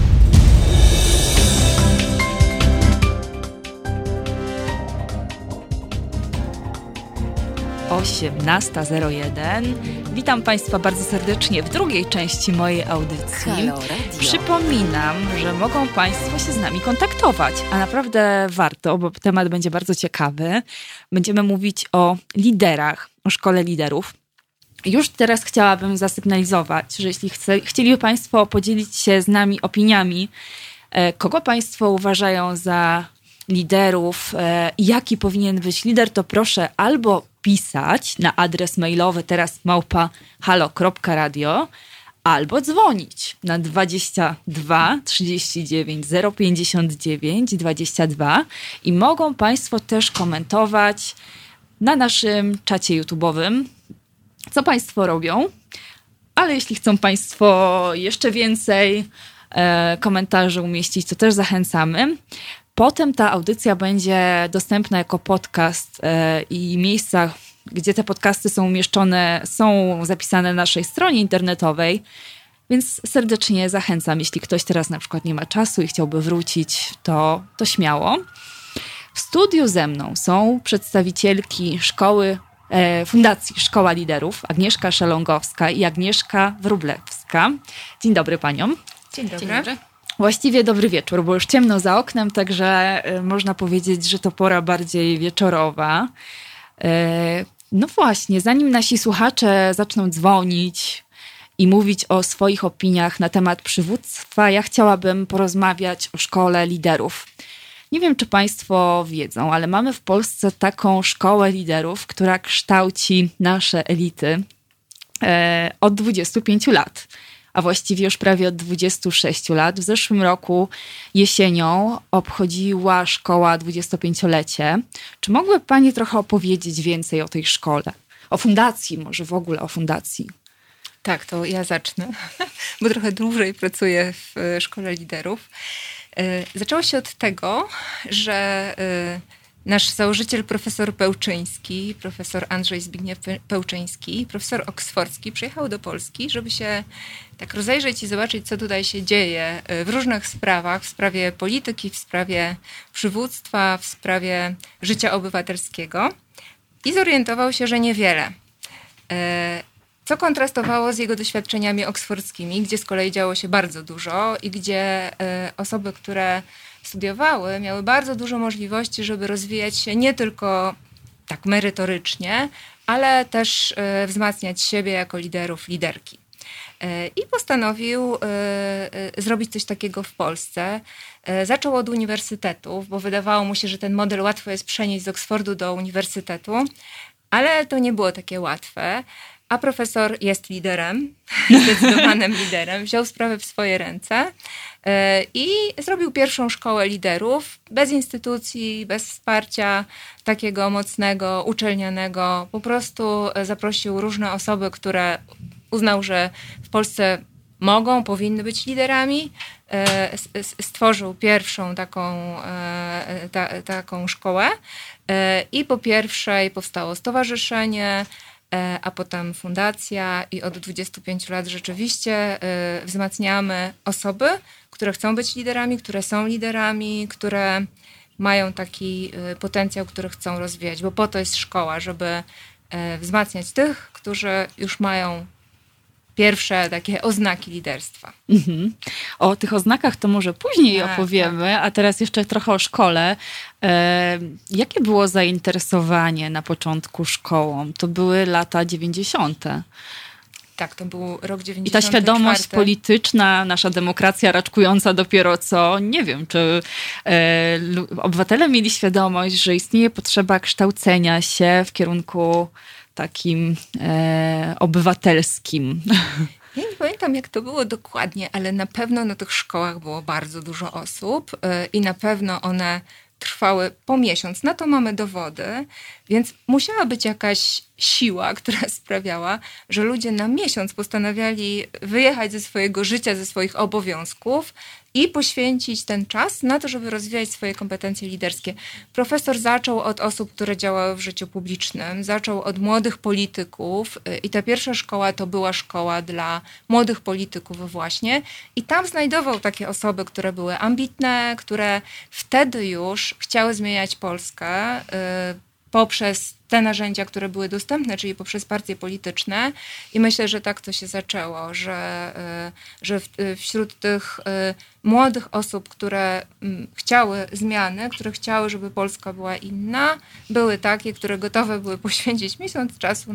18:01. Witam Państwa bardzo serdecznie w drugiej części mojej audycji. Przypominam, że mogą Państwo się z nami kontaktować, a naprawdę warto, bo temat będzie bardzo ciekawy. Będziemy mówić o liderach, o Szkole Liderów. Już teraz chciałabym zasygnalizować, że jeśli chcieliby Państwo podzielić się z nami opiniami, kogo Państwo uważają za liderów i jaki powinien być lider, to proszę albo pisać na adres mailowy teraz @halo.radio, albo dzwonić na 22 39 059 22 i mogą Państwo też komentować na naszym czacie YouTube'owym, co Państwo robią, ale jeśli chcą Państwo jeszcze więcej komentarzy umieścić, to też zachęcamy. Potem ta audycja będzie dostępna jako podcast i miejsca, gdzie te podcasty są umieszczone, są zapisane na naszej stronie internetowej, więc serdecznie zachęcam. Jeśli ktoś teraz na przykład nie ma czasu i chciałby wrócić, to śmiało. W studiu ze mną są przedstawicielki Fundacji Szkoła Liderów, Agnieszka Szelongowska i Agnieszka Wróblewska. Dzień dobry paniom. Dzień dobry. Właściwie dobry wieczór, bo już ciemno za oknem, także można powiedzieć, że to pora bardziej wieczorowa. No właśnie, zanim nasi słuchacze zaczną dzwonić i mówić o swoich opiniach na temat przywództwa, ja chciałabym porozmawiać o Szkole Liderów. Nie wiem, czy Państwo wiedzą, ale mamy w Polsce taką Szkołę Liderów, która kształci nasze elity od 25 lat. A właściwie już prawie od 26 lat. W zeszłym roku jesienią obchodziła szkoła 25-lecie. Czy mogły Pani trochę opowiedzieć więcej o tej szkole? O fundacji, może w ogóle o fundacji? Tak, to ja zacznę, bo trochę dłużej pracuję w Szkole Liderów. Zaczęło się od tego, że nasz założyciel, profesor Pełczyński, profesor Andrzej Zbigniew Pełczyński, profesor oksfordzki, przyjechał do Polski, żeby się tak rozejrzeć i zobaczyć, co tutaj się dzieje w różnych sprawach, w sprawie polityki, w sprawie przywództwa, w sprawie życia obywatelskiego i zorientował się, że niewiele. Co kontrastowało z jego doświadczeniami oksfordzkimi, gdzie z kolei działo się bardzo dużo i gdzie osoby, które studiowały, miały bardzo dużo możliwości, żeby rozwijać się nie tylko tak merytorycznie, ale też wzmacniać siebie jako liderów, liderki. I postanowił zrobić coś takiego w Polsce. Zaczął od uniwersytetów, bo wydawało mu się, że ten model łatwo jest przenieść z Oksfordu do uniwersytetu, ale to nie było takie łatwe. A profesor jest liderem, zdecydowanym liderem, wziął sprawę w swoje ręce i zrobił pierwszą szkołę liderów, bez instytucji, bez wsparcia takiego mocnego, uczelnianego. Po prostu zaprosił różne osoby, które uznał, że w Polsce mogą, powinny być liderami. Stworzył pierwszą taką szkołę i po pierwszej powstało stowarzyszenie, a potem fundacja i od 25 lat rzeczywiście wzmacniamy osoby, które chcą być liderami, które są liderami, które mają taki potencjał, który chcą rozwijać, bo po to jest szkoła, żeby wzmacniać tych, którzy już mają pierwsze takie oznaki liderstwa. Mhm. O tych oznakach to może później opowiemy, a teraz jeszcze trochę o szkole. Jakie było zainteresowanie na początku szkołą? To były lata 90. Tak, to był rok 94. I ta świadomość polityczna, nasza demokracja raczkująca dopiero co, nie wiem, czy obywatele mieli świadomość, że istnieje potrzeba kształcenia się w kierunku takim obywatelskim. Ja nie pamiętam, jak to było dokładnie, ale na pewno na tych szkołach było bardzo dużo osób i na pewno one trwały po miesiąc. Na to mamy dowody, więc musiała być jakaś siła, która sprawiała, że ludzie na miesiąc postanawiali wyjechać ze swojego życia, ze swoich obowiązków i poświęcić ten czas na to, żeby rozwijać swoje kompetencje liderskie. Profesor zaczął od osób, które działały w życiu publicznym, zaczął od młodych polityków i ta pierwsza szkoła to była szkoła dla młodych polityków właśnie i tam znajdował takie osoby, które były ambitne, które wtedy już chciały zmieniać Polskę poprzez te narzędzia, które były dostępne, czyli poprzez partie polityczne. I myślę, że tak to się zaczęło, że wśród tych młodych osób, które chciały zmiany, które chciały, żeby Polska była inna, były takie, które gotowe były poświęcić miesiąc czasu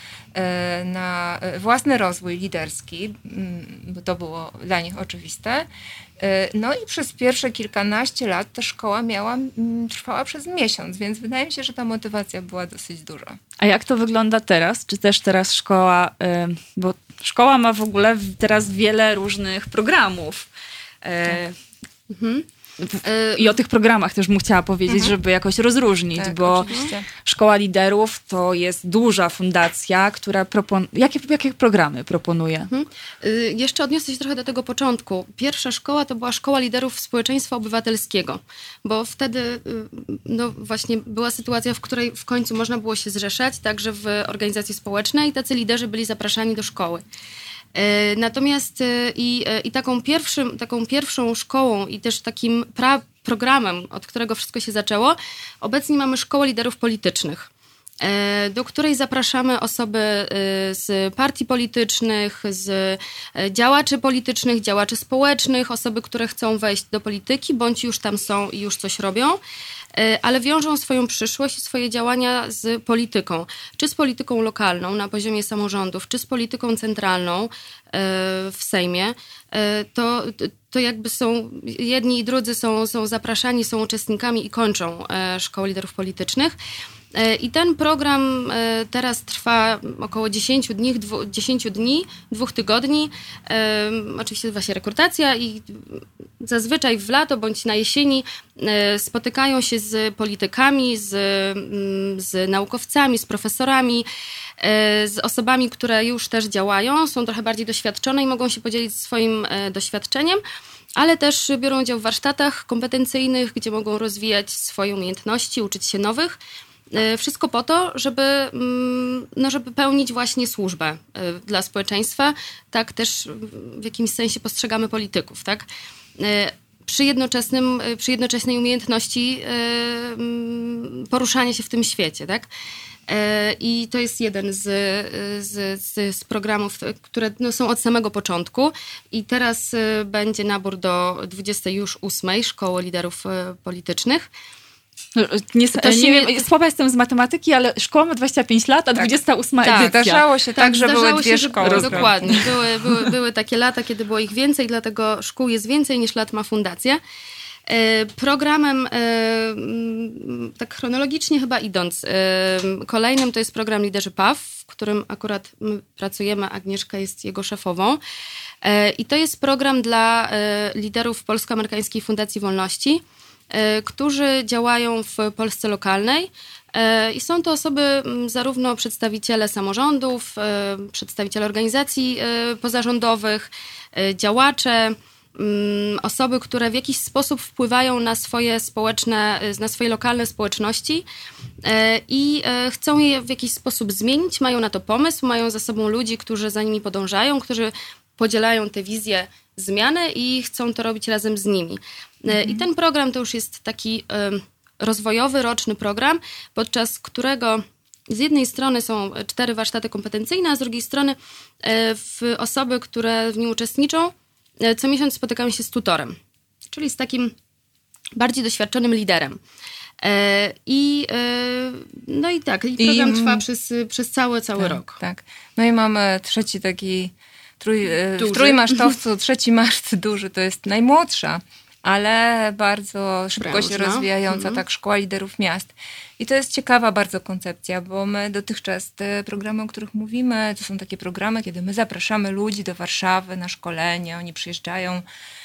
na własny rozwój liderski, bo to było dla nich oczywiste. No i przez pierwsze kilkanaście lat ta szkoła trwała przez miesiąc, więc wydaje mi się, że ta motywacja była dosyć duża. A jak to wygląda teraz? Czy też teraz szkoła, bo szkoła ma w ogóle teraz wiele różnych programów. I o tych programach też bym chciała powiedzieć, żeby jakoś rozróżnić, tak, bo oczywiście. Szkoła Liderów to jest duża fundacja, która jakie programy proponuje? Jeszcze odniosę się trochę do tego początku. Pierwsza szkoła to była Szkoła Liderów Społeczeństwa Obywatelskiego, bo wtedy no właśnie była sytuacja, w której w końcu można było się zrzeszać, także w organizacji społecznej i tacy liderzy byli zapraszani do szkoły. Natomiast taką pierwszą szkołą i też takim programem, od którego wszystko się zaczęło, obecnie mamy Szkołę Liderów Politycznych, do której zapraszamy osoby z partii politycznych, z działaczy politycznych, działaczy społecznych, osoby, które chcą wejść do polityki, bądź już tam są i już coś robią, ale wiążą swoją przyszłość i swoje działania z polityką. Czy z polityką lokalną na poziomie samorządów, czy z polityką centralną w Sejmie. To jakby jedni i drudzy są zapraszani, są uczestnikami i kończą Szkołę Liderów Politycznych. I ten program teraz trwa około 10 dni, 2 tygodni. Oczywiście odbywa się rekrutacja i zazwyczaj w lato bądź na jesieni spotykają się z politykami, z naukowcami, z profesorami, z osobami, które już też działają, są trochę bardziej doświadczone i mogą się podzielić swoim doświadczeniem, ale też biorą udział w warsztatach kompetencyjnych, gdzie mogą rozwijać swoje umiejętności, uczyć się nowych. Wszystko po to, żeby pełnić właśnie służbę dla społeczeństwa. Tak też w jakimś sensie postrzegamy polityków, tak? Przy jednoczesnej umiejętności poruszania się w tym świecie, tak? I to jest jeden z programów, które są od samego początku. I teraz będzie nabór do 28. Szkoły Liderów Politycznych. Nie wiem, słaba jestem z matematyki, ale szkoła ma 25 lat, a 28 edycja. Zdarzało się tak, że były dwie szkoły. Dokładnie. Były takie lata, kiedy było ich więcej, dlatego szkół jest więcej niż lat ma fundacja. Programem, tak chronologicznie chyba idąc, kolejnym to jest program Liderzy PAW, w którym akurat my pracujemy, Agnieszka jest jego szefową. I to jest program dla liderów Polsko-Amerykańskiej Fundacji Wolności, którzy działają w Polsce lokalnej. I są to osoby zarówno przedstawiciele samorządów, przedstawiciele organizacji pozarządowych, działacze, osoby, które w jakiś sposób wpływają na swoje lokalne społeczności i chcą je w jakiś sposób zmienić, mają na to pomysł, mają za sobą ludzi, którzy za nimi podążają, którzy podzielają tę wizję zmiany i chcą to robić razem z nimi. I ten program to już jest taki rozwojowy, roczny program, podczas którego z jednej strony są 4 warsztaty kompetencyjne, a z drugiej strony osoby, które w nim uczestniczą, co miesiąc spotykają się z tutorem, czyli z takim bardziej doświadczonym liderem. I program trwa przez cały rok. Tak. No i mamy trzeci taki w trójmasztowcu, 3 maszt duży, to jest najmłodsza, ale bardzo szybko się rozwijająca szkoła liderów miast. I to jest ciekawa bardzo koncepcja, bo my dotychczas te programy, o których mówimy, to są takie programy, kiedy my zapraszamy ludzi do Warszawy na szkolenie, oni przyjeżdżają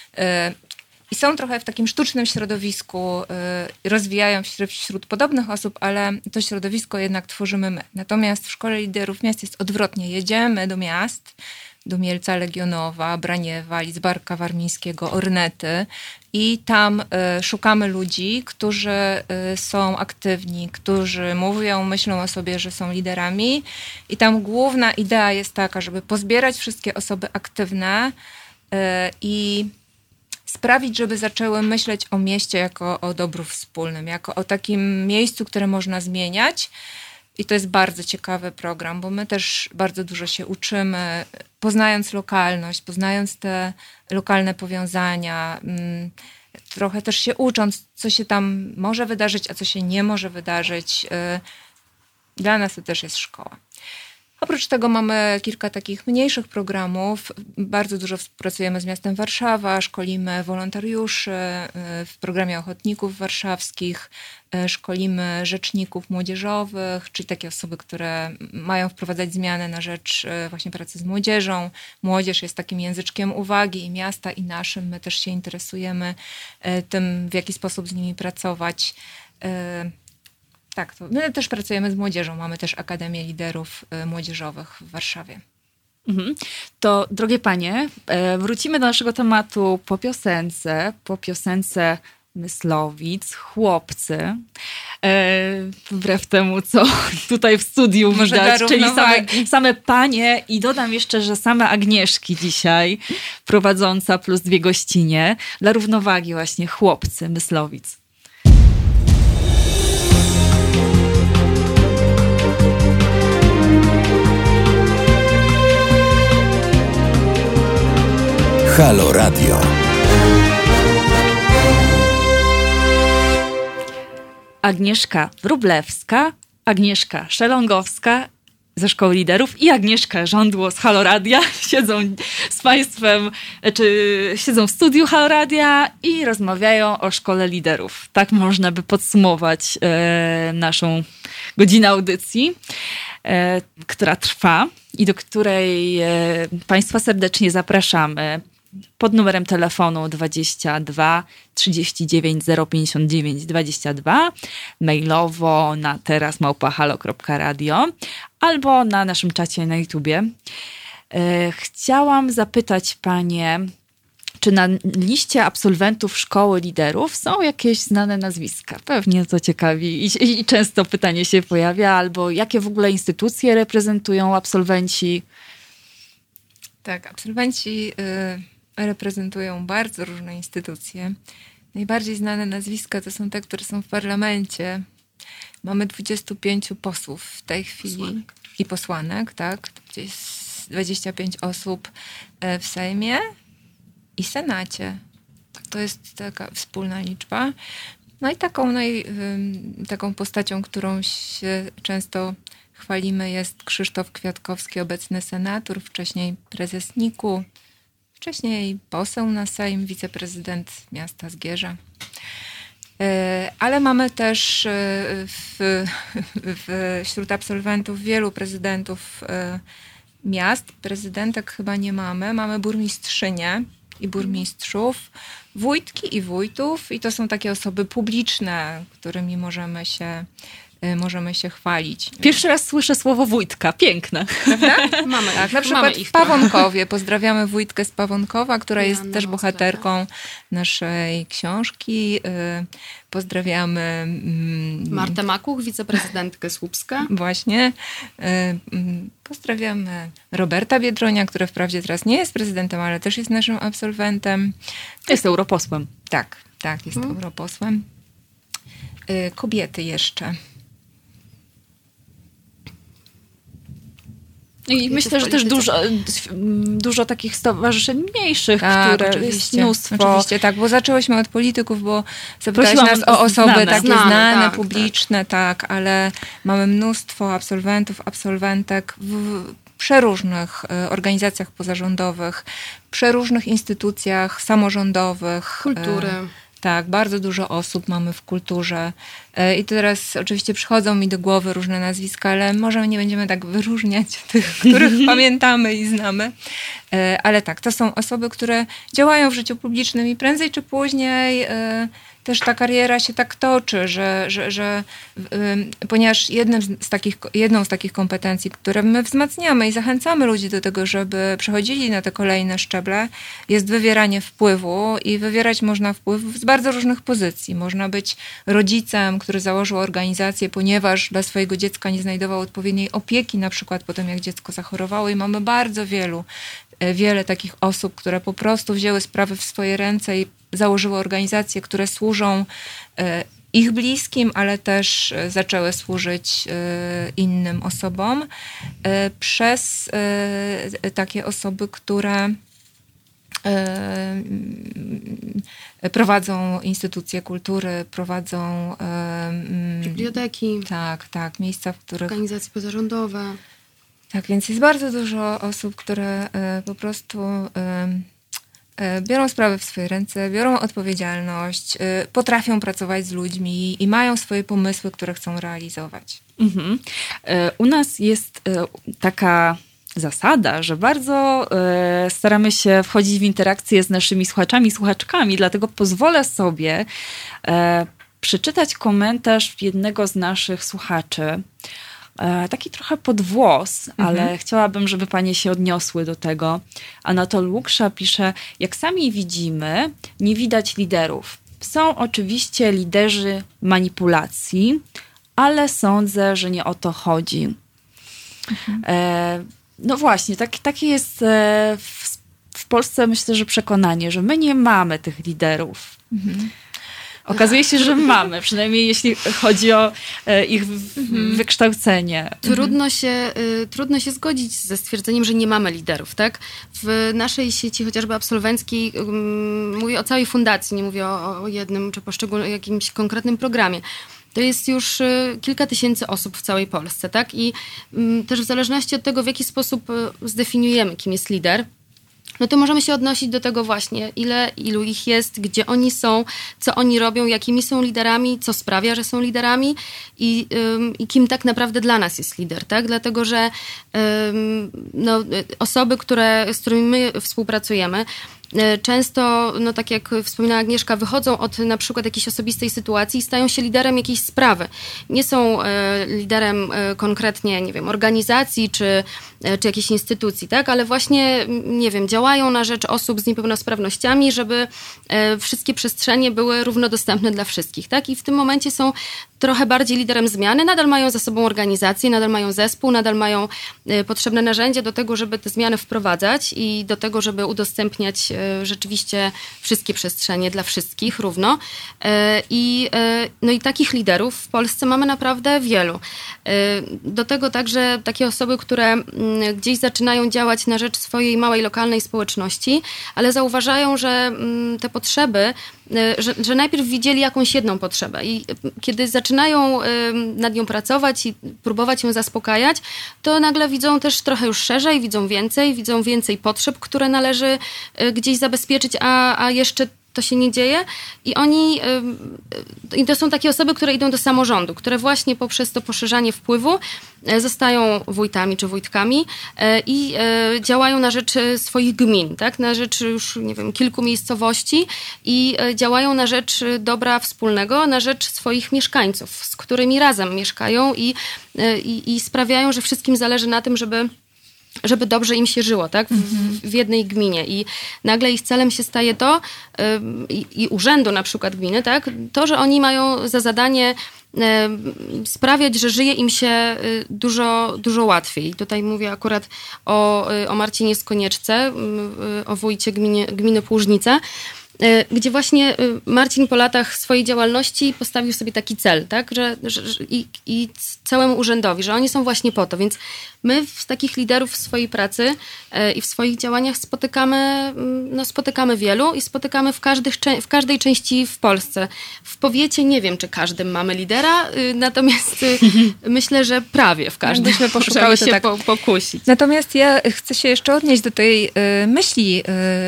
i są trochę w takim sztucznym środowisku, rozwijają się wśród podobnych osób, ale to środowisko jednak tworzymy my. Natomiast w Szkole Liderów Miast jest odwrotnie. Jedziemy do miast, do Mielca Legionowa, Braniewa, Lidzbarka Warmińskiego, Ornety i tam szukamy ludzi, którzy są aktywni, którzy myślą o sobie, że są liderami i tam główna idea jest taka, żeby pozbierać wszystkie osoby aktywne i sprawić, żeby zaczęły myśleć o mieście jako o dobru wspólnym, jako o takim miejscu, które można zmieniać. I to jest bardzo ciekawy program, bo my też bardzo dużo się uczymy, poznając lokalność, poznając te lokalne powiązania, trochę też się ucząc, co się tam może wydarzyć, a co się nie może wydarzyć. Dla nas to też jest szkoła. Oprócz tego mamy kilka takich mniejszych programów. Bardzo dużo współpracujemy z miastem Warszawa, szkolimy wolontariuszy w programie ochotników warszawskich, szkolimy rzeczników młodzieżowych, czyli takie osoby, które mają wprowadzać zmiany na rzecz właśnie pracy z młodzieżą. Młodzież jest takim języczkiem uwagi i miasta, i naszym. My też się interesujemy tym, w jaki sposób z nimi pracować. Tak, to my też pracujemy z młodzieżą. Mamy też Akademię Liderów Młodzieżowych w Warszawie. To, drogie panie, wrócimy do naszego tematu po piosence Myslowic, chłopcy. Wbrew temu, co tutaj w studiu widać, czyli same panie i dodam jeszcze, że same Agnieszki dzisiaj, prowadząca plus 2 gościnie, dla równowagi właśnie chłopcy Myslowic. Halo Radio. Agnieszka Wróblewska, Agnieszka Szelongowska ze Szkoły Liderów i Agnieszka Żądło z Halo Radia siedzą z Państwem, siedzą w studiu Halo Radia i rozmawiają o Szkole Liderów. Tak można by podsumować naszą godzinę audycji, która trwa i do której Państwa serdecznie zapraszamy. pod numerem telefonu 22 39 059 22, mailowo na teraz@halo.radio albo na naszym czacie na YouTubie. Chciałam zapytać panie, czy na liście absolwentów Szkoły Liderów są jakieś znane nazwiska? Pewnie to ciekawi i często pytanie się pojawia, albo jakie w ogóle instytucje reprezentują absolwenci? Tak, absolwenci reprezentują bardzo różne instytucje. Najbardziej znane nazwiska to są te, które są w parlamencie. Mamy 25 posłów w tej chwili i posłanek, tak? Gdzieś 25 osób w Sejmie i Senacie. To jest taka wspólna liczba. No i taką postacią, którą się często chwalimy, jest Krzysztof Kwiatkowski, obecny senator, wcześniej prezes NIK-u, wcześniej poseł na Sejm, wiceprezydent miasta Zgierza. Ale mamy też wśród absolwentów wielu prezydentów miast. Prezydentek chyba nie mamy. Mamy burmistrzynię i burmistrzów, wójtki i wójtów i to są takie osoby publiczne, którymi możemy się chwalić. Pierwszy raz słyszę słowo wójtka. Piękne. Prawda? Mamy tak, na przykład w Pawonkowie. Pozdrawiamy wójtkę z Pawonkowa, która jest też bohaterką naszej książki. Pozdrawiamy Martę Makuch, wiceprezydentkę Słupska. Właśnie. Pozdrawiamy Roberta Biedronia, który wprawdzie teraz nie jest prezydentem, ale też jest naszym absolwentem. Jest europosłem. Tak, jest europosłem. Kobiety jeszcze. I myślę, że też dużo takich stowarzyszeń mniejszych, tak, które oczywiście, jest mnóstwo. Oczywiście, tak, bo zaczęłyśmy od polityków, bo zapytałaś nas o osoby takie znane, publiczne, tak, ale mamy mnóstwo absolwentów, absolwentek w przeróżnych organizacjach pozarządowych, przeróżnych instytucjach samorządowych. Kultury. Tak, bardzo dużo osób mamy w kulturze. I teraz oczywiście przychodzą mi do głowy różne nazwiska, ale może nie będziemy tak wyróżniać tych, których pamiętamy i znamy. Ale tak, to są osoby, które działają w życiu publicznym i prędzej czy później też ta kariera się tak toczy, że ponieważ jedną z takich kompetencji, które my wzmacniamy i zachęcamy ludzi do tego, żeby przechodzili na te kolejne szczeble, jest wywieranie wpływu i wywierać można wpływ z bardzo różnych pozycji. Można być rodzicem, który założył organizację, ponieważ dla swojego dziecka nie znajdował odpowiedniej opieki, na przykład po tym, jak dziecko zachorowało i mamy bardzo wiele takich osób, które po prostu wzięły sprawy w swoje ręce i założyły organizacje, które służą ich bliskim, ale też zaczęły służyć innym osobom przez takie osoby, które prowadzą instytucje kultury, prowadzą biblioteki. Tak, miejsca, w których... Organizacje pozarządowe. Tak, więc jest bardzo dużo osób, które po prostu biorą sprawy w swoje ręce, biorą odpowiedzialność, potrafią pracować z ludźmi i mają swoje pomysły, które chcą realizować. Mhm. U nas jest taka zasada, że bardzo staramy się wchodzić w interakcję z naszymi słuchaczami i słuchaczkami, dlatego pozwolę sobie przeczytać komentarz jednego z naszych słuchaczy. Taki trochę pod włos, ale chciałabym, żeby panie się odniosły do tego. Anatol Łuksza pisze, jak sami widzimy, nie widać liderów. Są oczywiście liderzy manipulacji, ale sądzę, że nie o to chodzi. No właśnie, takie jest w Polsce, myślę, że przekonanie, że my nie mamy tych liderów. Okazuje się, że mamy, przynajmniej jeśli chodzi o ich wykształcenie. Trudno się zgodzić ze stwierdzeniem, że nie mamy liderów, tak? W naszej sieci, chociażby absolwenckiej, mówię o całej fundacji, nie mówię o jednym czy poszczególnym jakimś konkretnym programie. To jest już kilka tysięcy osób w całej Polsce, tak? I też w zależności od tego, w jaki sposób zdefiniujemy, kim jest lider, no to możemy się odnosić do tego właśnie, ilu ich jest, gdzie oni są, co oni robią, jakimi są liderami, co sprawia, że są liderami i kim tak naprawdę dla nas jest lider, tak? Dlatego, że osoby, z którymi my współpracujemy, często, no tak jak wspominała Agnieszka, wychodzą od na przykład jakiejś osobistej sytuacji i stają się liderem jakiejś sprawy. Nie są liderem konkretnie, nie wiem, organizacji czy jakiejś instytucji, tak? Ale właśnie, nie wiem, działają na rzecz osób z niepełnosprawnościami, żeby wszystkie przestrzenie były równodostępne dla wszystkich, tak? I w tym momencie są trochę bardziej liderem zmiany, nadal mają za sobą organizację, nadal mają zespół, nadal mają potrzebne narzędzia do tego, żeby te zmiany wprowadzać i do tego, żeby udostępniać rzeczywiście wszystkie przestrzenie dla wszystkich równo. No i takich liderów w Polsce mamy naprawdę wielu. Do tego także takie osoby, które gdzieś zaczynają działać na rzecz swojej małej, lokalnej społeczności, ale zauważają, że te potrzeby, że najpierw widzieli jakąś jedną potrzebę i kiedy zaczynają nad nią pracować i próbować ją zaspokajać, to nagle widzą też trochę już szerzej, widzą więcej potrzeb, które należy gdzieś zabezpieczyć, a jeszcze to się nie dzieje i to są takie osoby, które idą do samorządu, które właśnie poprzez to poszerzanie wpływu zostają wójtami czy wójtkami i działają na rzecz swoich gmin, tak? Na rzecz już, nie wiem, kilku miejscowości i działają na rzecz dobra wspólnego, na rzecz swoich mieszkańców, z którymi razem mieszkają i sprawiają, że wszystkim zależy na tym, żeby dobrze im się żyło, tak? W jednej gminie. I nagle ich celem się staje to, i urzędu na przykład gminy, tak? To, że oni mają za zadanie sprawiać, że żyje im się dużo łatwiej. Tutaj mówię akurat o Marcinie Skonieczce, o wójcie gminy Płużnice, gdzie właśnie Marcin po latach swojej działalności postawił sobie taki cel, tak? I całemu urzędowi, że oni są właśnie po to. Więc my takich liderów w swojej pracy i w swoich działaniach spotykamy wielu i spotykamy w każdej części w Polsce. W powiecie nie wiem, czy każdym mamy lidera, natomiast myślę, że prawie w każdym. Byśmy poszukały się pokusić. Natomiast ja chcę się jeszcze odnieść do tej myśli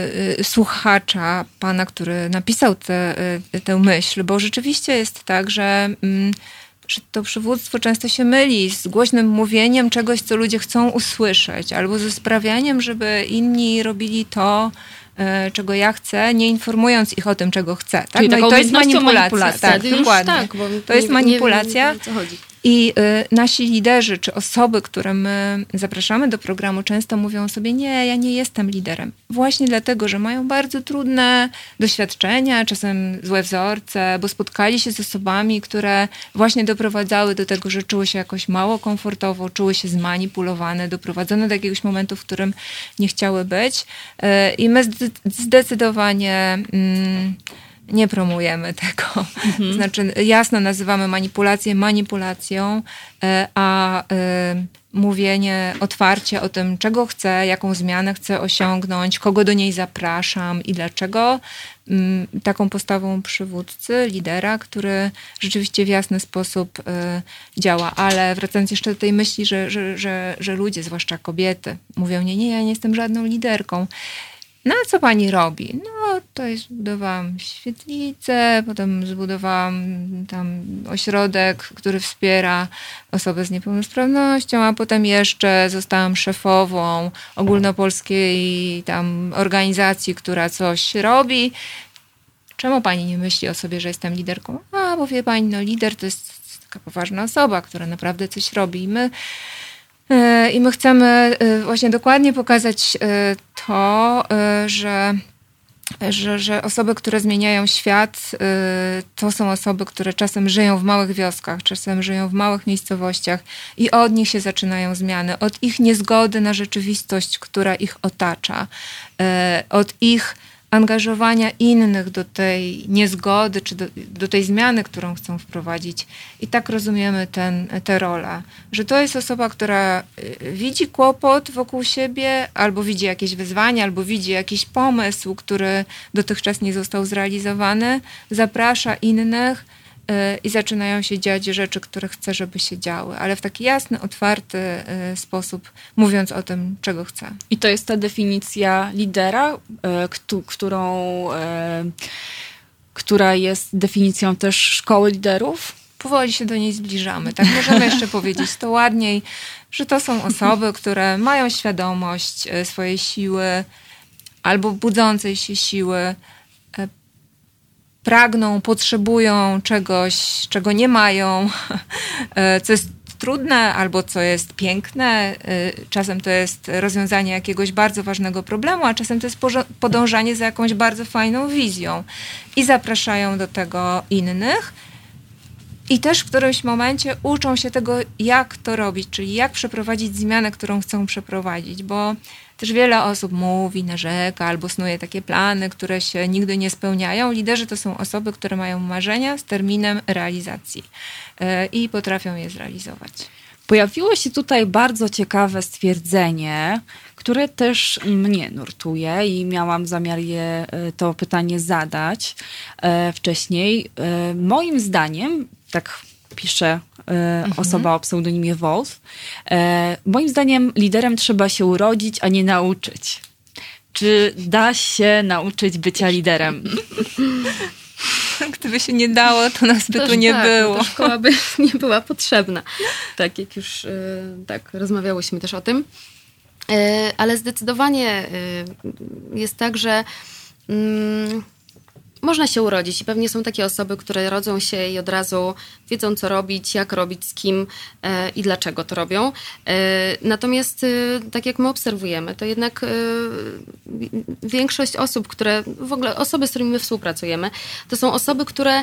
słuchacza, pana, który napisał tę myśl, bo rzeczywiście jest tak, że to przywództwo często się myli z głośnym mówieniem czegoś, co ludzie chcą usłyszeć, albo ze sprawianiem, żeby inni robili to, czego ja chcę, nie informując ich o tym, czego chcę. Tak? Czyli no i to jest manipulacja. Tak, dokładnie. Tak, to jest manipulacja. Nie wiem, o co chodzi. I nasi liderzy, czy osoby, które my zapraszamy do programu, często mówią sobie, nie, ja nie jestem liderem. Właśnie dlatego, że mają bardzo trudne doświadczenia, czasem złe wzorce, bo spotkali się z osobami, które właśnie doprowadzały do tego, że czuły się jakoś mało komfortowo, czuły się zmanipulowane, doprowadzone do jakiegoś momentu, w którym nie chciały być. I my zdecydowanie nie promujemy tego. Znaczy jasno nazywamy manipulację manipulacją, a mówienie otwarcie o tym, czego chcę, jaką zmianę chcę osiągnąć, kogo do niej zapraszam i dlaczego, taką postawą przywódcy, lidera, który rzeczywiście w jasny sposób działa. Ale wracając jeszcze do tej myśli, że ludzie, zwłaszcza kobiety, mówią, nie, ja nie jestem żadną liderką. No a co pani robi? No to zbudowałam świetlicę, potem zbudowałam tam ośrodek, który wspiera osoby z niepełnosprawnością, a potem jeszcze zostałam szefową ogólnopolskiej tam organizacji, która coś robi. Czemu pani nie myśli o sobie, że jestem liderką? A, bo wie pani, no lider to jest taka poważna osoba, która naprawdę coś robi. I my chcemy właśnie dokładnie pokazać to, że osoby, które zmieniają świat, to są osoby, które czasem żyją w małych wioskach, czasem żyją w małych miejscowościach i od nich się zaczynają zmiany. Od ich niezgody na rzeczywistość, która ich otacza. Od ich angażowania innych do tej niezgody, czy do tej zmiany, którą chcą wprowadzić. I tak rozumiemy tę rolę. Że to jest osoba, która widzi kłopot wokół siebie, albo widzi jakieś wyzwanie, albo widzi jakiś pomysł, który dotychczas nie został zrealizowany, zaprasza innych i zaczynają się dziać rzeczy, które chce, żeby się działy. Ale w taki jasny, otwarty sposób, mówiąc o tym, czego chce. I to jest ta definicja lidera, która jest definicją też szkoły liderów? Powoli się do niej zbliżamy. Tak możemy jeszcze powiedzieć to ładniej, że to są osoby, które mają świadomość swojej siły, albo budzącej się siły pragną, potrzebują czegoś, czego nie mają, co jest trudne albo co jest piękne. Czasem to jest rozwiązanie jakiegoś bardzo ważnego problemu, a czasem to jest podążanie za jakąś bardzo fajną wizją. I zapraszają do tego innych. I też w którymś momencie uczą się tego, jak to robić, czyli jak przeprowadzić zmianę, którą chcą przeprowadzić, bo też wiele osób mówi, narzeka albo snuje takie plany, które się nigdy nie spełniają. Liderzy to są osoby, które mają marzenia z terminem realizacji i potrafią je zrealizować. Pojawiło się tutaj bardzo ciekawe stwierdzenie, które też mnie nurtuje i miałam zamiar to pytanie zadać wcześniej. Moim zdaniem, tak pisze osoba o pseudonimie Wolf, moim zdaniem liderem trzeba się urodzić, a nie nauczyć. Czy da się nauczyć bycia liderem? Gdyby się nie dało, to nas by tu nie było. No to szkoła by nie była potrzebna. Tak, jak już tak rozmawiałyśmy też o tym. Ale zdecydowanie jest tak, że można się urodzić i pewnie są takie osoby, które rodzą się i od razu wiedzą, co robić, jak robić, z kim i dlaczego to robią. Natomiast tak jak my obserwujemy, to jednak większość osób, w ogóle osoby, z którymi my współpracujemy, to są osoby,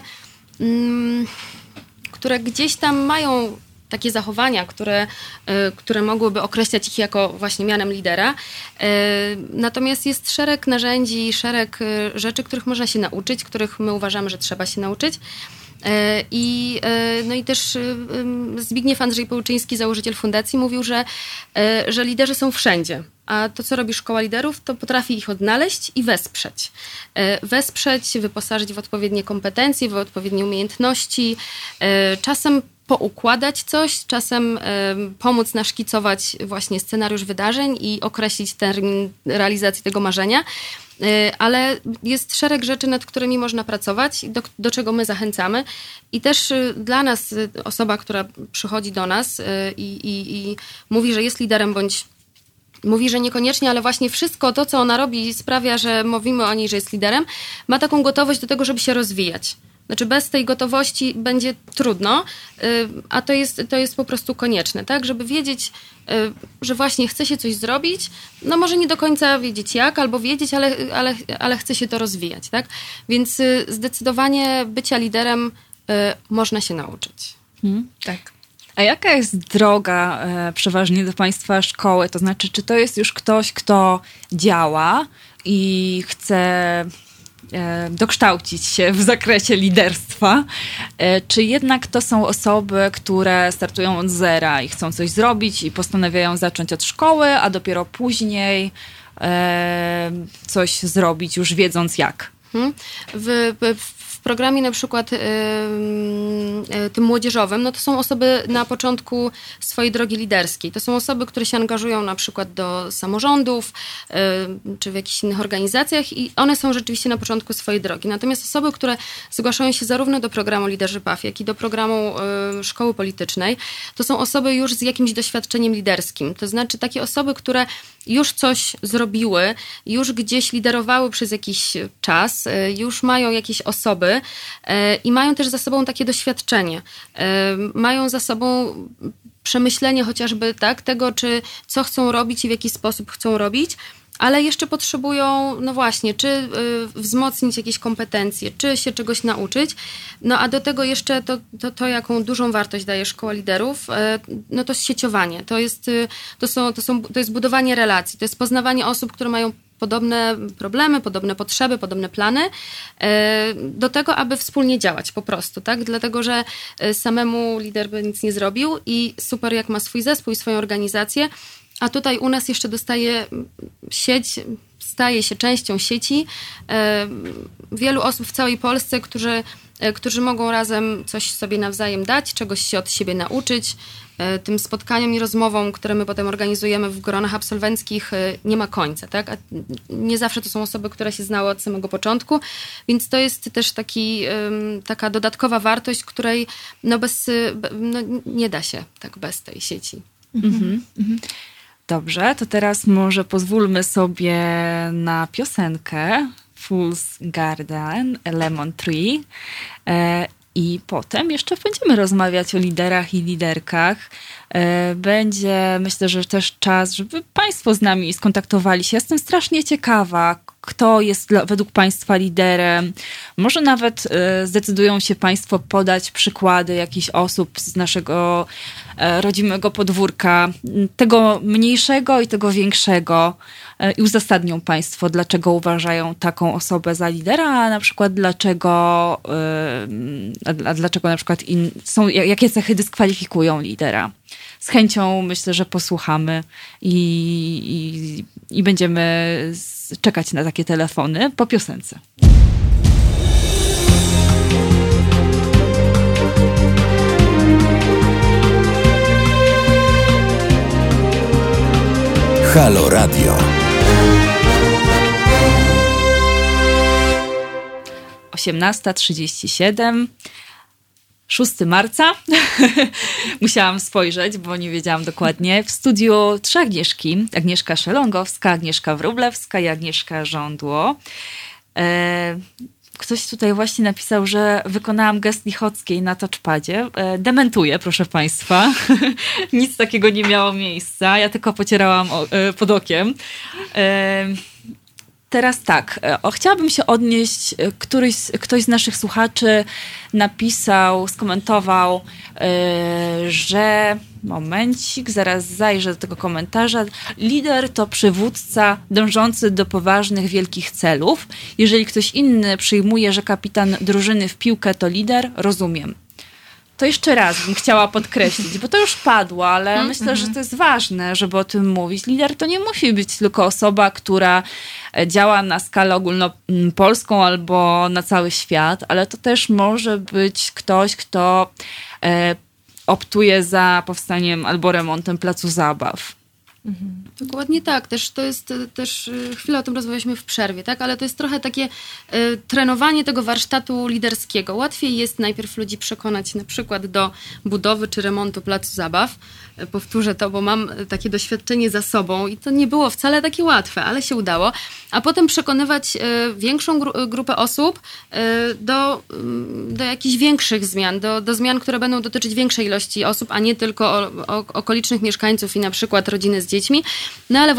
które gdzieś tam mają takie zachowania, które mogłyby określać ich jako właśnie mianem lidera. Natomiast jest szereg narzędzi, szereg rzeczy, których można się nauczyć, których my uważamy, że trzeba się nauczyć. No i też Zbigniew Andrzej Pełczyński, założyciel fundacji, mówił, że liderzy są wszędzie. A to, co robi Szkoła Liderów, to potrafi ich odnaleźć i wesprzeć. Wesprzeć, wyposażyć w odpowiednie kompetencje, w odpowiednie umiejętności, czasem poukładać coś, czasem pomóc naszkicować właśnie scenariusz wydarzeń i określić termin realizacji tego marzenia. Ale jest szereg rzeczy, nad którymi można pracować, do czego my zachęcamy. I też dla nas osoba, która przychodzi do nas i mówi, że jest liderem, bądź mówi, że niekoniecznie, ale właśnie wszystko to, co ona robi, sprawia, że mówimy o niej, że jest liderem, ma taką gotowość do tego, żeby się rozwijać. Znaczy bez tej gotowości będzie trudno, a to jest po prostu konieczne, tak? Żeby wiedzieć, że właśnie chce się coś zrobić, no może nie do końca wiedzieć jak, albo wiedzieć, ale chce się to rozwijać, tak? Więc zdecydowanie bycia liderem można się nauczyć. Tak. A jaka jest droga przeważnie do Państwa szkoły? To znaczy, czy to jest już ktoś, kto działa i chce dokształcić się w zakresie liderstwa, czy jednak to są osoby, które startują od zera i chcą coś zrobić i postanawiają zacząć od szkoły, a dopiero później coś zrobić, już wiedząc jak? W programie na przykład tym młodzieżowym, no to są osoby na początku swojej drogi liderskiej. To są osoby, które się angażują na przykład do samorządów czy w jakichś innych organizacjach i one są rzeczywiście na początku swojej drogi. Natomiast osoby, które zgłaszają się zarówno do programu Liderzy PAF, jak i do programu Szkoły Politycznej, to są osoby już z jakimś doświadczeniem liderskim. To znaczy takie osoby, które już coś zrobiły, już gdzieś liderowały przez jakiś czas, już mają jakieś osoby i mają też za sobą takie doświadczenie. Mają za sobą przemyślenie chociażby tak, tego, co chcą robić i w jaki sposób chcą robić, ale jeszcze potrzebują, no właśnie, czy wzmocnić jakieś kompetencje, czy się czegoś nauczyć. No a do tego jeszcze to jaką dużą wartość daje Szkoła Liderów, no to sieciowanie. To jest budowanie relacji, to jest poznawanie osób, które mają podobne problemy, podobne potrzeby, podobne plany, do tego, aby wspólnie działać po prostu, tak? Dlatego, że samemu lider by nic nie zrobił i super jak ma swój zespół i swoją organizację, a tutaj u nas jeszcze dostaje sieć, staje się częścią sieci wielu osób w całej Polsce, którzy mogą razem coś sobie nawzajem dać, czegoś się od siebie nauczyć. Tym spotkaniom i rozmowom, które my potem organizujemy w gronach absolwenckich, nie ma końca, tak? A nie zawsze to są osoby, które się znały od samego początku, więc to jest też taka dodatkowa wartość, której nie da się tak bez tej sieci. Dobrze, to teraz może pozwólmy sobie na piosenkę Fool's Garden, Lemon Tree. I potem jeszcze będziemy rozmawiać o liderach i liderkach. Będzie, myślę, że też czas, żeby Państwo z nami skontaktowali się. Jestem strasznie ciekawa, kto jest według Państwa liderem. Może nawet zdecydują się Państwo podać przykłady jakichś osób z naszego rodzimego podwórka, tego mniejszego i tego większego. I uzasadnią Państwo, dlaczego uważają taką osobę za lidera, a na przykład dlaczego na przykład jakie cechy dyskwalifikują lidera. Z chęcią myślę, że posłuchamy i będziemy czekać na takie telefony po piosence. Halo Radio. 18:37, 6 marca. Musiałam spojrzeć, bo nie wiedziałam dokładnie. W studiu 3 Agnieszki. Agnieszka Szelongowska, Agnieszka Wróblewska i Agnieszka Żądło. Ktoś tutaj właśnie napisał, że wykonałam gest Lichockiej na touchpadzie. Dementuję, proszę Państwa. Nic takiego nie miało miejsca. Ja tylko pocierałam pod okiem. Teraz tak, chciałabym się odnieść, ktoś z naszych słuchaczy napisał, skomentował, że momencik, zaraz zajrzę do tego komentarza. Lider to przywódca dążący do poważnych, wielkich celów. Jeżeli ktoś inny przyjmuje, że kapitan drużyny w piłkę to lider, rozumiem. To jeszcze raz bym chciała podkreślić, bo to już padło, ale myślę, że to jest ważne, żeby o tym mówić. Lider to nie musi być tylko osoba, która działa na skalę ogólnopolską albo na cały świat, ale to też może być ktoś, kto optuje za powstaniem albo remontem placu zabaw. Dokładnie tak. To jest też chwilę o tym rozmawialiśmy w przerwie, tak? Ale to jest trochę takie trenowanie tego warsztatu liderskiego. Łatwiej jest najpierw ludzi przekonać na przykład do budowy czy remontu placu zabaw. Powtórzę to, bo mam takie doświadczenie za sobą i to nie było wcale takie łatwe, ale się udało. A potem przekonywać większą grupę osób do jakichś większych zmian, do zmian, które będą dotyczyć większej ilości osób, a nie tylko okolicznych mieszkańców i na przykład rodziny z dziećmi. No ale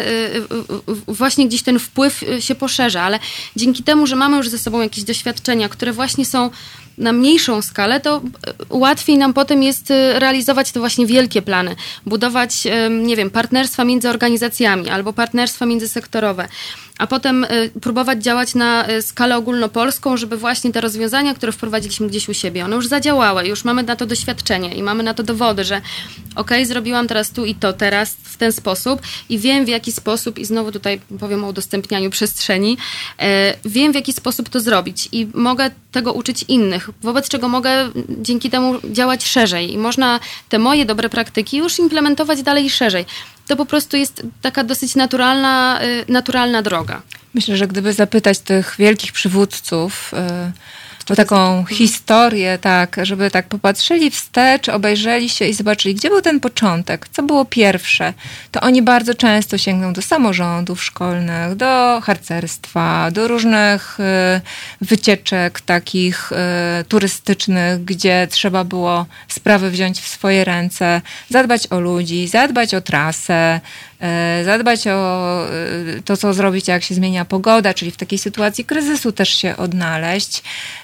właśnie gdzieś ten wpływ się poszerza, ale dzięki temu, że mamy już ze sobą jakieś doświadczenia, które właśnie są na mniejszą skalę, to łatwiej nam potem jest realizować te właśnie wielkie plany. Budować, nie wiem, partnerstwa między organizacjami albo partnerstwa międzysektorowe, a potem próbować działać na skalę ogólnopolską, żeby właśnie te rozwiązania, które wprowadziliśmy gdzieś u siebie, one już zadziałały, już mamy na to doświadczenie i mamy na to dowody, że zrobiłam teraz tu i to, teraz w ten sposób i wiem w jaki sposób, i znowu tutaj powiem o udostępnianiu przestrzeni, wiem w jaki sposób to zrobić i mogę tego uczyć innych, wobec czego mogę dzięki temu działać szerzej i można te moje dobre praktyki już implementować dalej szerzej. To po prostu jest taka dosyć naturalna droga. Myślę, że gdyby zapytać tych wielkich przywódców o taką historię, tak, żeby tak popatrzyli wstecz, obejrzeli się i zobaczyli, gdzie był ten początek, co było pierwsze, to oni bardzo często sięgną do samorządów szkolnych, do harcerstwa, do różnych wycieczek takich turystycznych, gdzie trzeba było sprawy wziąć w swoje ręce, zadbać o ludzi, zadbać o trasę, zadbać o to, co zrobić, jak się zmienia pogoda, czyli w takiej sytuacji kryzysu też się odnaleźć.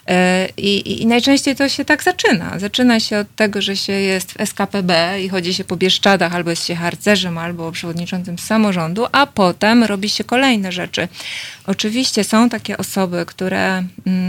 I najczęściej to się tak zaczyna. Zaczyna się od tego, że się jest w SKPB i chodzi się po Bieszczadach, albo jest się harcerzem, albo przewodniczącym samorządu, a potem robi się kolejne rzeczy. Oczywiście są takie osoby, które...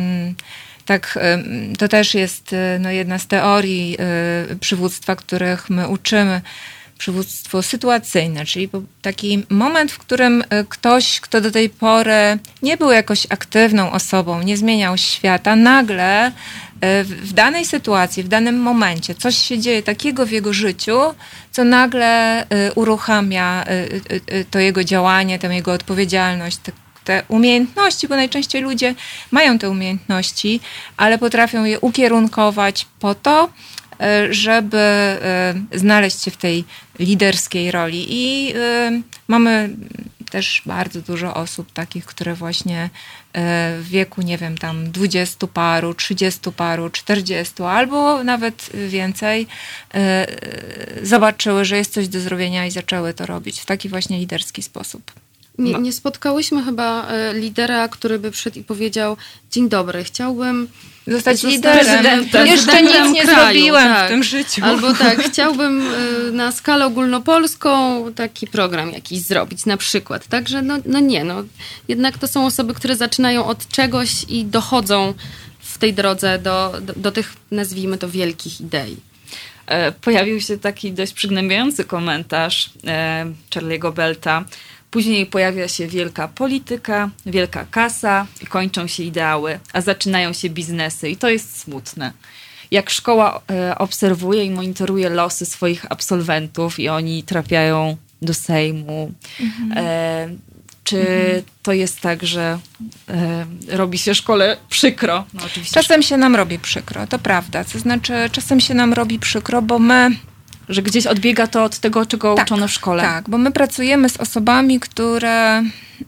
to też jest jedna z teorii przywództwa, których my uczymy. Przywództwo sytuacyjne, czyli taki moment, w którym ktoś, kto do tej pory nie był jakoś aktywną osobą, nie zmieniał świata, nagle w danej sytuacji, w danym momencie coś się dzieje takiego w jego życiu, co nagle uruchamia to jego działanie, tę jego odpowiedzialność, te umiejętności, bo najczęściej ludzie mają te umiejętności, ale potrafią je ukierunkować po to, żeby znaleźć się w tej liderskiej roli. I mamy też bardzo dużo osób takich, które właśnie w wieku, nie wiem, tam 20 paru, 30 paru, 40 albo nawet więcej zobaczyły, że jest coś do zrobienia i zaczęły to robić w taki właśnie liderski sposób. Nie spotkałyśmy chyba lidera, który by przyszedł i powiedział: dzień dobry, chciałbym zostać liderem. Jeszcze nic nie zrobiłem w tym życiu. Albo tak, chciałbym na skalę ogólnopolską taki program jakiś zrobić na przykład. Także jednak to są osoby, które zaczynają od czegoś i dochodzą w tej drodze do tych, nazwijmy to, wielkich idei. Pojawił się taki dość przygnębiający komentarz Charlie'ego Belta. Później pojawia się wielka polityka, wielka kasa i kończą się ideały, a zaczynają się biznesy i to jest smutne. Jak szkoła obserwuje i monitoruje losy swoich absolwentów i oni trafiają do Sejmu, czy to jest tak, że robi się szkole przykro? No, oczywiście czasem się nam robi przykro, to prawda. To znaczy czasem się nam robi przykro, bo my... Że gdzieś odbiega to od tego, czego uczono w szkole. Tak, bo my pracujemy z osobami, które...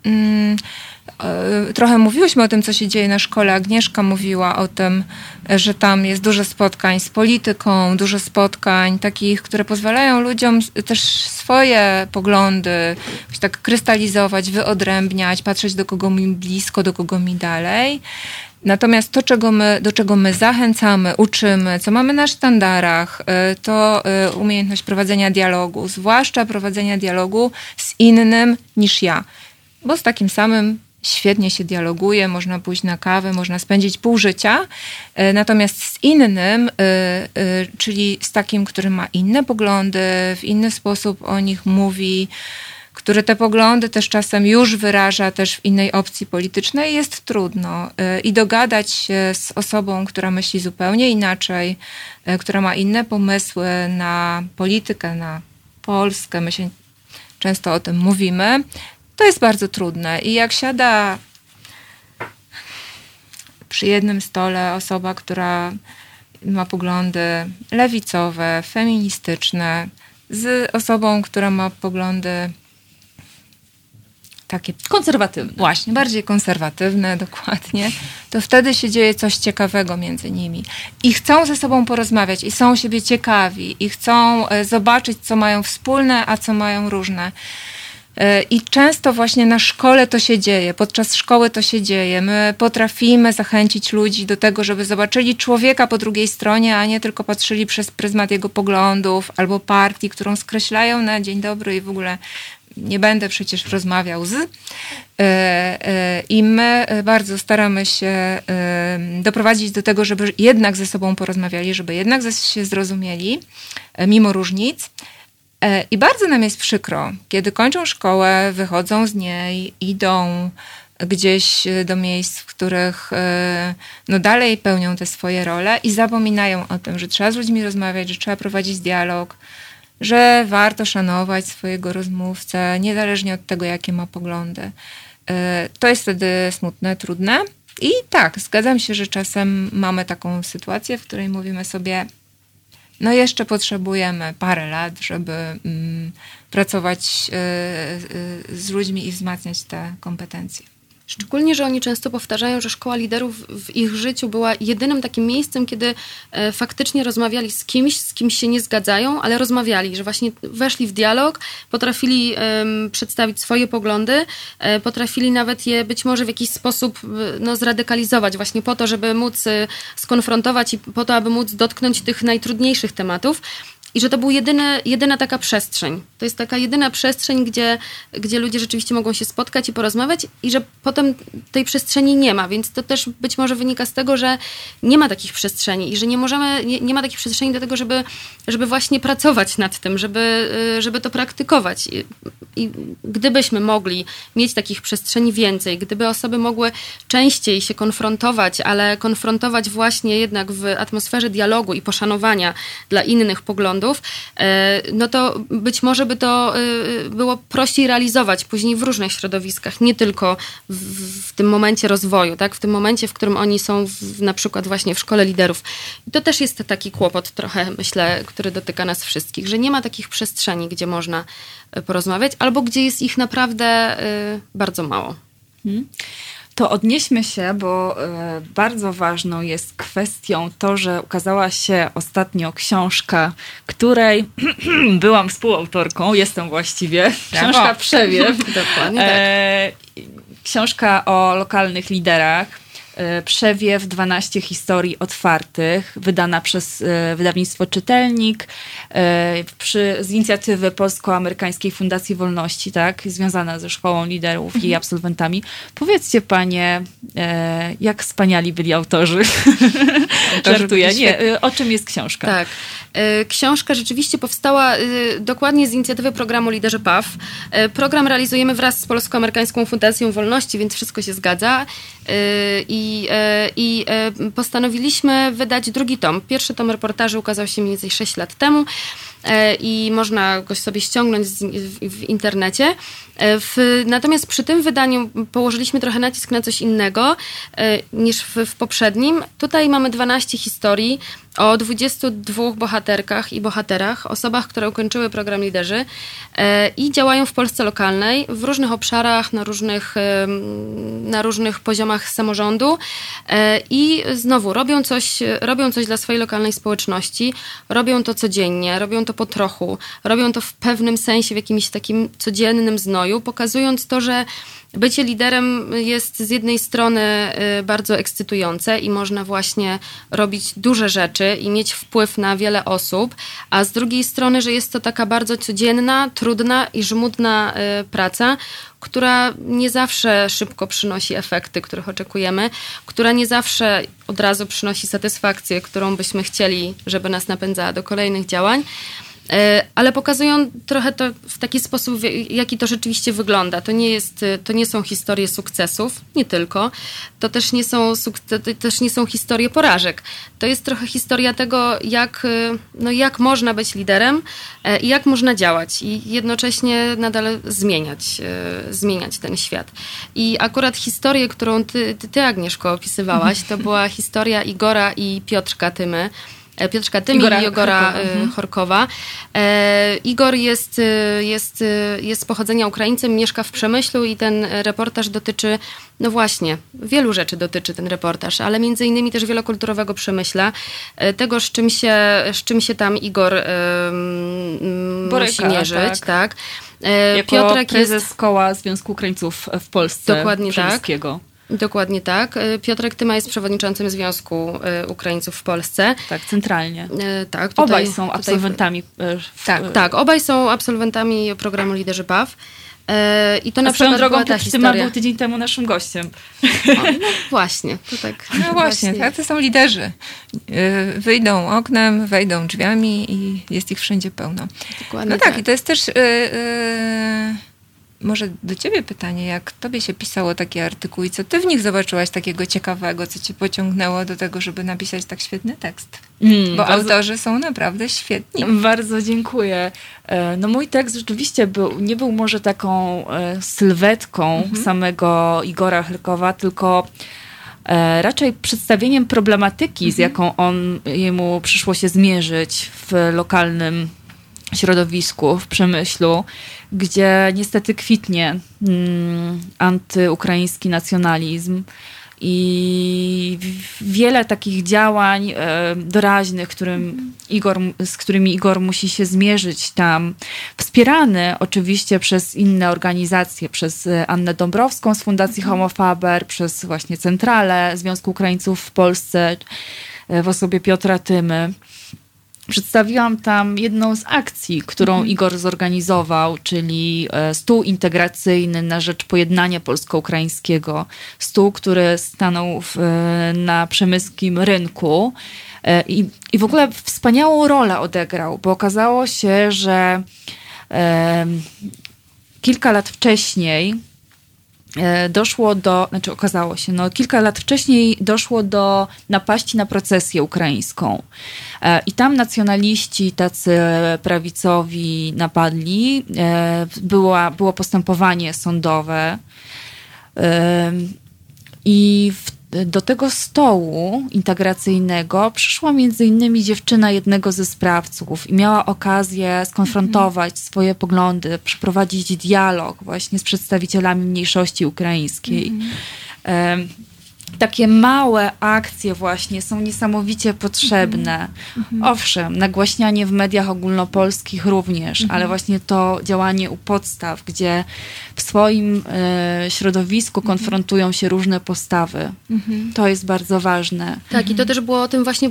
trochę mówiłyśmy o tym, co się dzieje na szkole. Agnieszka mówiła o tym, że tam jest dużo spotkań z polityką, dużo spotkań takich, które pozwalają ludziom też swoje poglądy tak krystalizować, wyodrębniać, patrzeć do kogo mi blisko, do kogo mi dalej. Natomiast to, do czego my zachęcamy, uczymy, co mamy na sztandarach, to umiejętność prowadzenia dialogu, zwłaszcza prowadzenia dialogu z innym niż ja. Bo z takim samym świetnie się dialoguje, można pójść na kawę, można spędzić pół życia. Natomiast z innym, czyli z takim, który ma inne poglądy, w inny sposób o nich mówi, który te poglądy też czasem już wyraża też w innej opcji politycznej, jest trudno. I dogadać się z osobą, która myśli zupełnie inaczej, która ma inne pomysły na politykę, na Polskę, my się często o tym mówimy, to jest bardzo trudne. I jak siada przy jednym stole osoba, która ma poglądy lewicowe, feministyczne, z osobą, która ma poglądy takie konserwatywne. Właśnie, bardziej konserwatywne, dokładnie. To wtedy się dzieje coś ciekawego między nimi. I chcą ze sobą porozmawiać i są siebie ciekawi i chcą zobaczyć, co mają wspólne, a co mają różne. I często właśnie na szkole to się dzieje, podczas szkoły to się dzieje. My potrafimy zachęcić ludzi do tego, żeby zobaczyli człowieka po drugiej stronie, a nie tylko patrzyli przez pryzmat jego poglądów albo partii, którą skreślają na dzień dobry i w ogóle nie będę przecież rozmawiał z. I my bardzo staramy się doprowadzić do tego, żeby jednak ze sobą porozmawiali, żeby jednak się zrozumieli, mimo różnic. I bardzo nam jest przykro, kiedy kończą szkołę, wychodzą z niej, idą gdzieś do miejsc, w których dalej pełnią te swoje role i zapominają o tym, że trzeba z ludźmi rozmawiać, że trzeba prowadzić dialog, że warto szanować swojego rozmówcę, niezależnie od tego, jakie ma poglądy. To jest wtedy smutne, trudne. I tak, zgadzam się, że czasem mamy taką sytuację, w której mówimy sobie, jeszcze potrzebujemy parę lat, żeby pracować z ludźmi i wzmacniać te kompetencje. Szczególnie, że oni często powtarzają, że szkoła liderów w ich życiu była jedynym takim miejscem, kiedy faktycznie rozmawiali z kimś się nie zgadzają, ale rozmawiali, że właśnie weszli w dialog, potrafili przedstawić swoje poglądy, potrafili nawet je być może w jakiś sposób zradykalizować właśnie po to, żeby móc skonfrontować i po to, aby móc dotknąć tych najtrudniejszych tematów. I że to był jedyna taka przestrzeń. To jest taka jedyna przestrzeń, gdzie ludzie rzeczywiście mogą się spotkać i porozmawiać i że potem tej przestrzeni nie ma. Więc to też być może wynika z tego, że nie ma takich przestrzeni i że nie ma takich przestrzeni do tego, żeby właśnie pracować nad tym, żeby to praktykować. I gdybyśmy mogli mieć takich przestrzeni więcej, gdyby osoby mogły częściej się konfrontować, ale konfrontować właśnie jednak w atmosferze dialogu i poszanowania dla innych poglądów, samorządów, no to być może by to było prościej realizować później w różnych środowiskach, nie tylko w tym momencie rozwoju, tak? W tym momencie, w którym oni są na przykład właśnie w szkole liderów. I to też jest taki kłopot trochę, myślę, który dotyka nas wszystkich, że nie ma takich przestrzeni, gdzie można porozmawiać, albo gdzie jest ich naprawdę bardzo mało. To odnieśmy się, bo bardzo ważną jest kwestią to, że ukazała się ostatnio książka, której byłam współautorką, jestem właściwie. Książka Przewiew. Dokładnie tak. Książka o lokalnych liderach. Przewiew 12 historii otwartych, wydana przez wydawnictwo Czytelnik z inicjatywy Polsko-Amerykańskiej Fundacji Wolności, tak, związana ze Szkołą Liderów i jej absolwentami. Powiedzcie panie, jak wspaniali byli autorzy. Żartuję. Nie, o czym jest książka? Tak. Książka rzeczywiście powstała dokładnie z inicjatywy programu Liderzy PAW. Program realizujemy wraz z Polsko-Amerykańską Fundacją Wolności, więc wszystko się zgadza. I postanowiliśmy wydać drugi tom. Pierwszy tom reportaży ukazał się mniej więcej 6 lat temu i można go sobie ściągnąć w internecie. Natomiast przy tym wydaniu położyliśmy trochę nacisk na coś innego niż w poprzednim. Tutaj mamy 12 historii o 22 bohaterkach i bohaterach, osobach, które ukończyły program Liderzy i działają w Polsce lokalnej, w różnych obszarach, na różnych poziomach samorządu i znowu robią coś dla swojej lokalnej społeczności, robią to codziennie, robią to po trochu, robią to w pewnym sensie, w jakimś takim codziennym znoju, pokazując to, że bycie liderem jest z jednej strony bardzo ekscytujące i można właśnie robić duże rzeczy i mieć wpływ na wiele osób, a z drugiej strony, że jest to taka bardzo codzienna, trudna i żmudna praca, która nie zawsze szybko przynosi efekty, których oczekujemy, która nie zawsze od razu przynosi satysfakcję, którą byśmy chcieli, żeby nas napędzała do kolejnych działań. Ale pokazują trochę to w taki sposób, jaki to rzeczywiście wygląda. To nie są historie sukcesów, nie tylko. To też nie są historie porażek. To jest trochę historia tego, jak można być liderem i jak można działać i jednocześnie nadal zmieniać ten świat. I akurat historię, którą ty Agnieszko, opisywałaś, to była historia Igora i Piotrka Tymy i Igora Chorkowa. Igor jest z pochodzenia Ukraińcem, mieszka w Przemyślu i ten reportaż dotyczy, no właśnie, wielu rzeczy dotyczy ten reportaż, ale między innymi też wielokulturowego Przemyśla, tego, z czym się tam Igor musi mierzyć. Tak. Jako Piotrek prezes Koła Związku Ukraińców w Polsce. Dokładnie Przemyskiego. Tak. Dokładnie tak. Piotrek Tyma jest przewodniczącym Związku Ukraińców w Polsce. Tak, centralnie. Tak, obaj są absolwentami. Tak, obaj są absolwentami programu Liderzy PAW. I to na przykład drogą była ta historia. Tyma był tydzień temu naszym gościem. No właśnie, to tak. No właśnie, tak, to są liderzy. Wyjdą oknem, wejdą drzwiami i jest ich wszędzie pełno. Dokładnie no tak, i to jest też... Może do ciebie pytanie, jak tobie się pisało takie artykuły i co ty w nich zobaczyłaś takiego ciekawego, co cię pociągnęło do tego, żeby napisać tak świetny tekst? Bo autorzy są naprawdę świetni. Bardzo dziękuję. No mój tekst rzeczywiście nie był może taką sylwetką samego Igora Chorkowa, tylko raczej przedstawieniem problematyki, z jaką jemu przyszło się zmierzyć w lokalnym środowisku, w Przemyślu, gdzie niestety kwitnie antyukraiński nacjonalizm i wiele takich działań doraźnych, z którymi Igor musi się zmierzyć tam, wspierany oczywiście przez inne organizacje, przez Annę Dąbrowską z Fundacji Homo Faber, przez właśnie Centralę Związku Ukraińców w Polsce w osobie Piotra Tymy. Przedstawiłam tam jedną z akcji, którą Igor zorganizował, czyli stół integracyjny na rzecz pojednania polsko-ukraińskiego. Stół, który stanął na przemyskim rynku i w ogóle wspaniałą rolę odegrał, bo okazało się, że kilka lat wcześniej okazało się, kilka lat wcześniej doszło do napaści na procesję ukraińską. I tam nacjonaliści tacy prawicowi napadli. Było postępowanie sądowe. I do tego stołu integracyjnego przyszła między innymi dziewczyna jednego ze sprawców i miała okazję skonfrontować swoje poglądy, przeprowadzić dialog właśnie z przedstawicielami mniejszości ukraińskiej. Takie małe akcje właśnie są niesamowicie potrzebne. Owszem, nagłaśnianie w mediach ogólnopolskich również, ale właśnie to działanie u podstaw, gdzie w swoim środowisku konfrontują się różne postawy. To jest bardzo ważne. Tak, i to też było o tym właśnie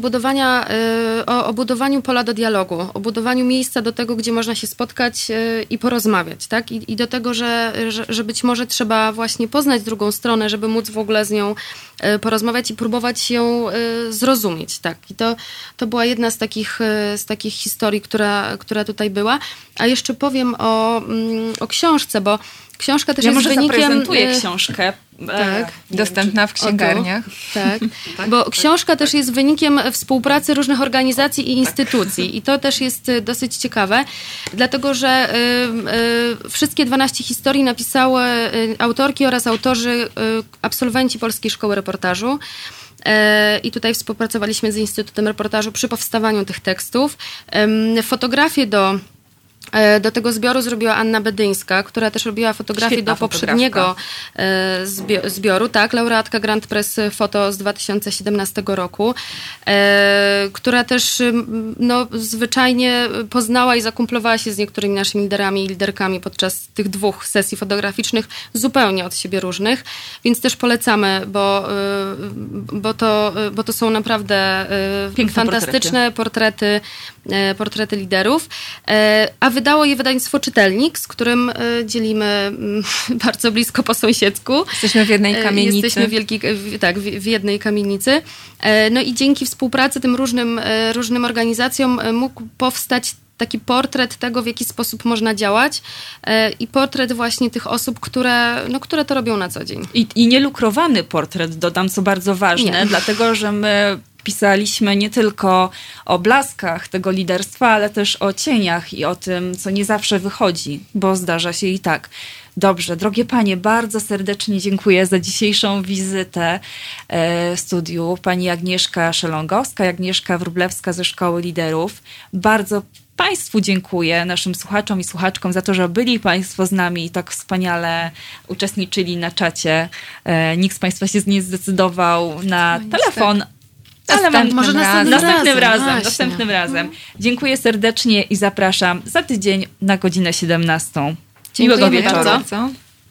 o budowaniu pola do dialogu, o budowaniu miejsca do tego, gdzie można się spotkać i porozmawiać, tak? I do tego, że być może trzeba właśnie poznać drugą stronę, żeby móc w ogóle z nią porozmawiać i próbować ją zrozumieć, tak. I to była jedna z takich historii, która tutaj była. A jeszcze powiem o książce, bo książka też jest wynikiem... Ja może zaprezentuję książkę. Tak, dostępna w księgarniach. Tak, bo książka też jest wynikiem współpracy różnych organizacji i instytucji. I to też jest dosyć ciekawe, dlatego że wszystkie 12 historii napisały autorki oraz autorzy, absolwenci Polskiej Szkoły Reportażu. I tutaj współpracowaliśmy z Instytutem Reportażu przy powstawaniu tych tekstów. Fotografię do tego zbioru zrobiła Anna Bedyńska, która też robiła fotografię do poprzedniego zbioru, tak, laureatka Grand Press Foto z 2017 roku, która też zwyczajnie poznała i zakumplowała się z niektórymi naszymi liderami i liderkami podczas tych 2 sesji fotograficznych, zupełnie od siebie różnych, więc też polecamy, bo to są naprawdę fantastyczne portrety liderów. A wydało je wydawnictwo Czytelnik, z którym dzielimy bardzo blisko po sąsiedzku. Jesteśmy w jednej kamienicy. Jesteśmy w jednej kamienicy. No i dzięki współpracy tym różnym organizacjom mógł powstać taki portret tego, w jaki sposób można działać i portret właśnie tych osób, które to robią na co dzień. I nielukrowany portret, dodam, co bardzo ważne, dlatego, że my pisaliśmy nie tylko o blaskach tego liderstwa, ale też o cieniach i o tym, co nie zawsze wychodzi, bo zdarza się i tak. Dobrze, drogie panie, bardzo serdecznie dziękuję za dzisiejszą wizytę w studiu. Pani Agnieszka Szelongowska i Agnieszka Wróblewska ze Szkoły Liderów. Bardzo Państwu dziękuję, naszym słuchaczom i słuchaczkom, za to, że byli Państwo z nami i tak wspaniale uczestniczyli na czacie. Nikt z Państwa się nie zdecydował na telefon, ale następnym razem. Dziękuję serdecznie i zapraszam za tydzień na godzinę 17. Miłego wieczoru. Bardzo.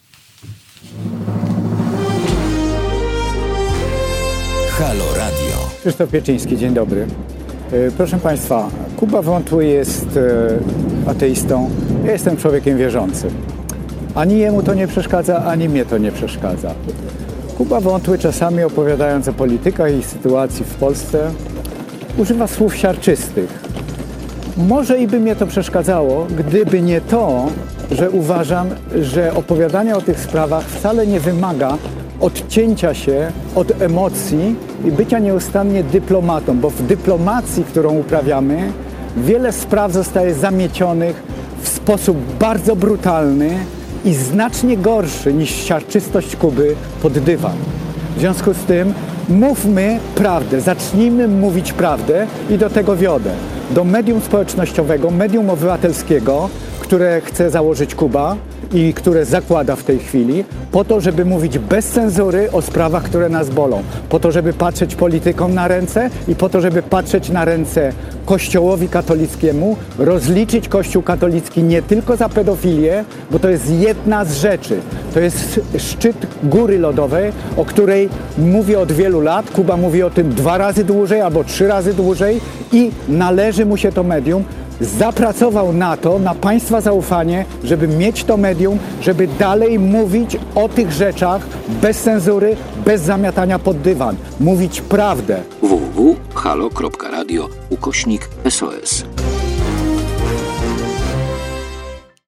Halo Radio. Krzysztof Pieczyński, dzień dobry. Proszę Państwa, Kuba Wątły jest ateistą. Ja jestem człowiekiem wierzącym. Ani jemu to nie przeszkadza, ani mnie to nie przeszkadza. Kuba Wątły czasami, opowiadając o politykach i sytuacji w Polsce, używa słów siarczystych. Może i by mnie to przeszkadzało, gdyby nie to, że uważam, że opowiadanie o tych sprawach wcale nie wymaga odcięcia się od emocji i bycia nieustannie dyplomatą, bo w dyplomacji, którą uprawiamy, wiele spraw zostaje zamiecionych w sposób bardzo brutalny i znacznie gorszy niż siarczystość Kuby pod dywan. W związku z tym mówmy prawdę, zacznijmy mówić prawdę i do tego wiodę. Do medium społecznościowego, medium obywatelskiego, które chce założyć Kuba i które zakłada w tej chwili, po to, żeby mówić bez cenzury o sprawach, które nas bolą. Po to, żeby patrzeć politykom na ręce i po to, żeby patrzeć na ręce Kościołowi katolickiemu, rozliczyć Kościół katolicki nie tylko za pedofilię, bo to jest jedna z rzeczy. To jest szczyt góry lodowej, o której mówię od wielu lat. Kuba mówi o tym 2 razy dłużej albo 3 razy dłużej i należy mu się to medium. Zapracował na to, na Państwa zaufanie, żeby mieć to medium, żeby dalej mówić o tych rzeczach bez cenzury, bez zamiatania pod dywan. Mówić prawdę. www.halo.radio/SOS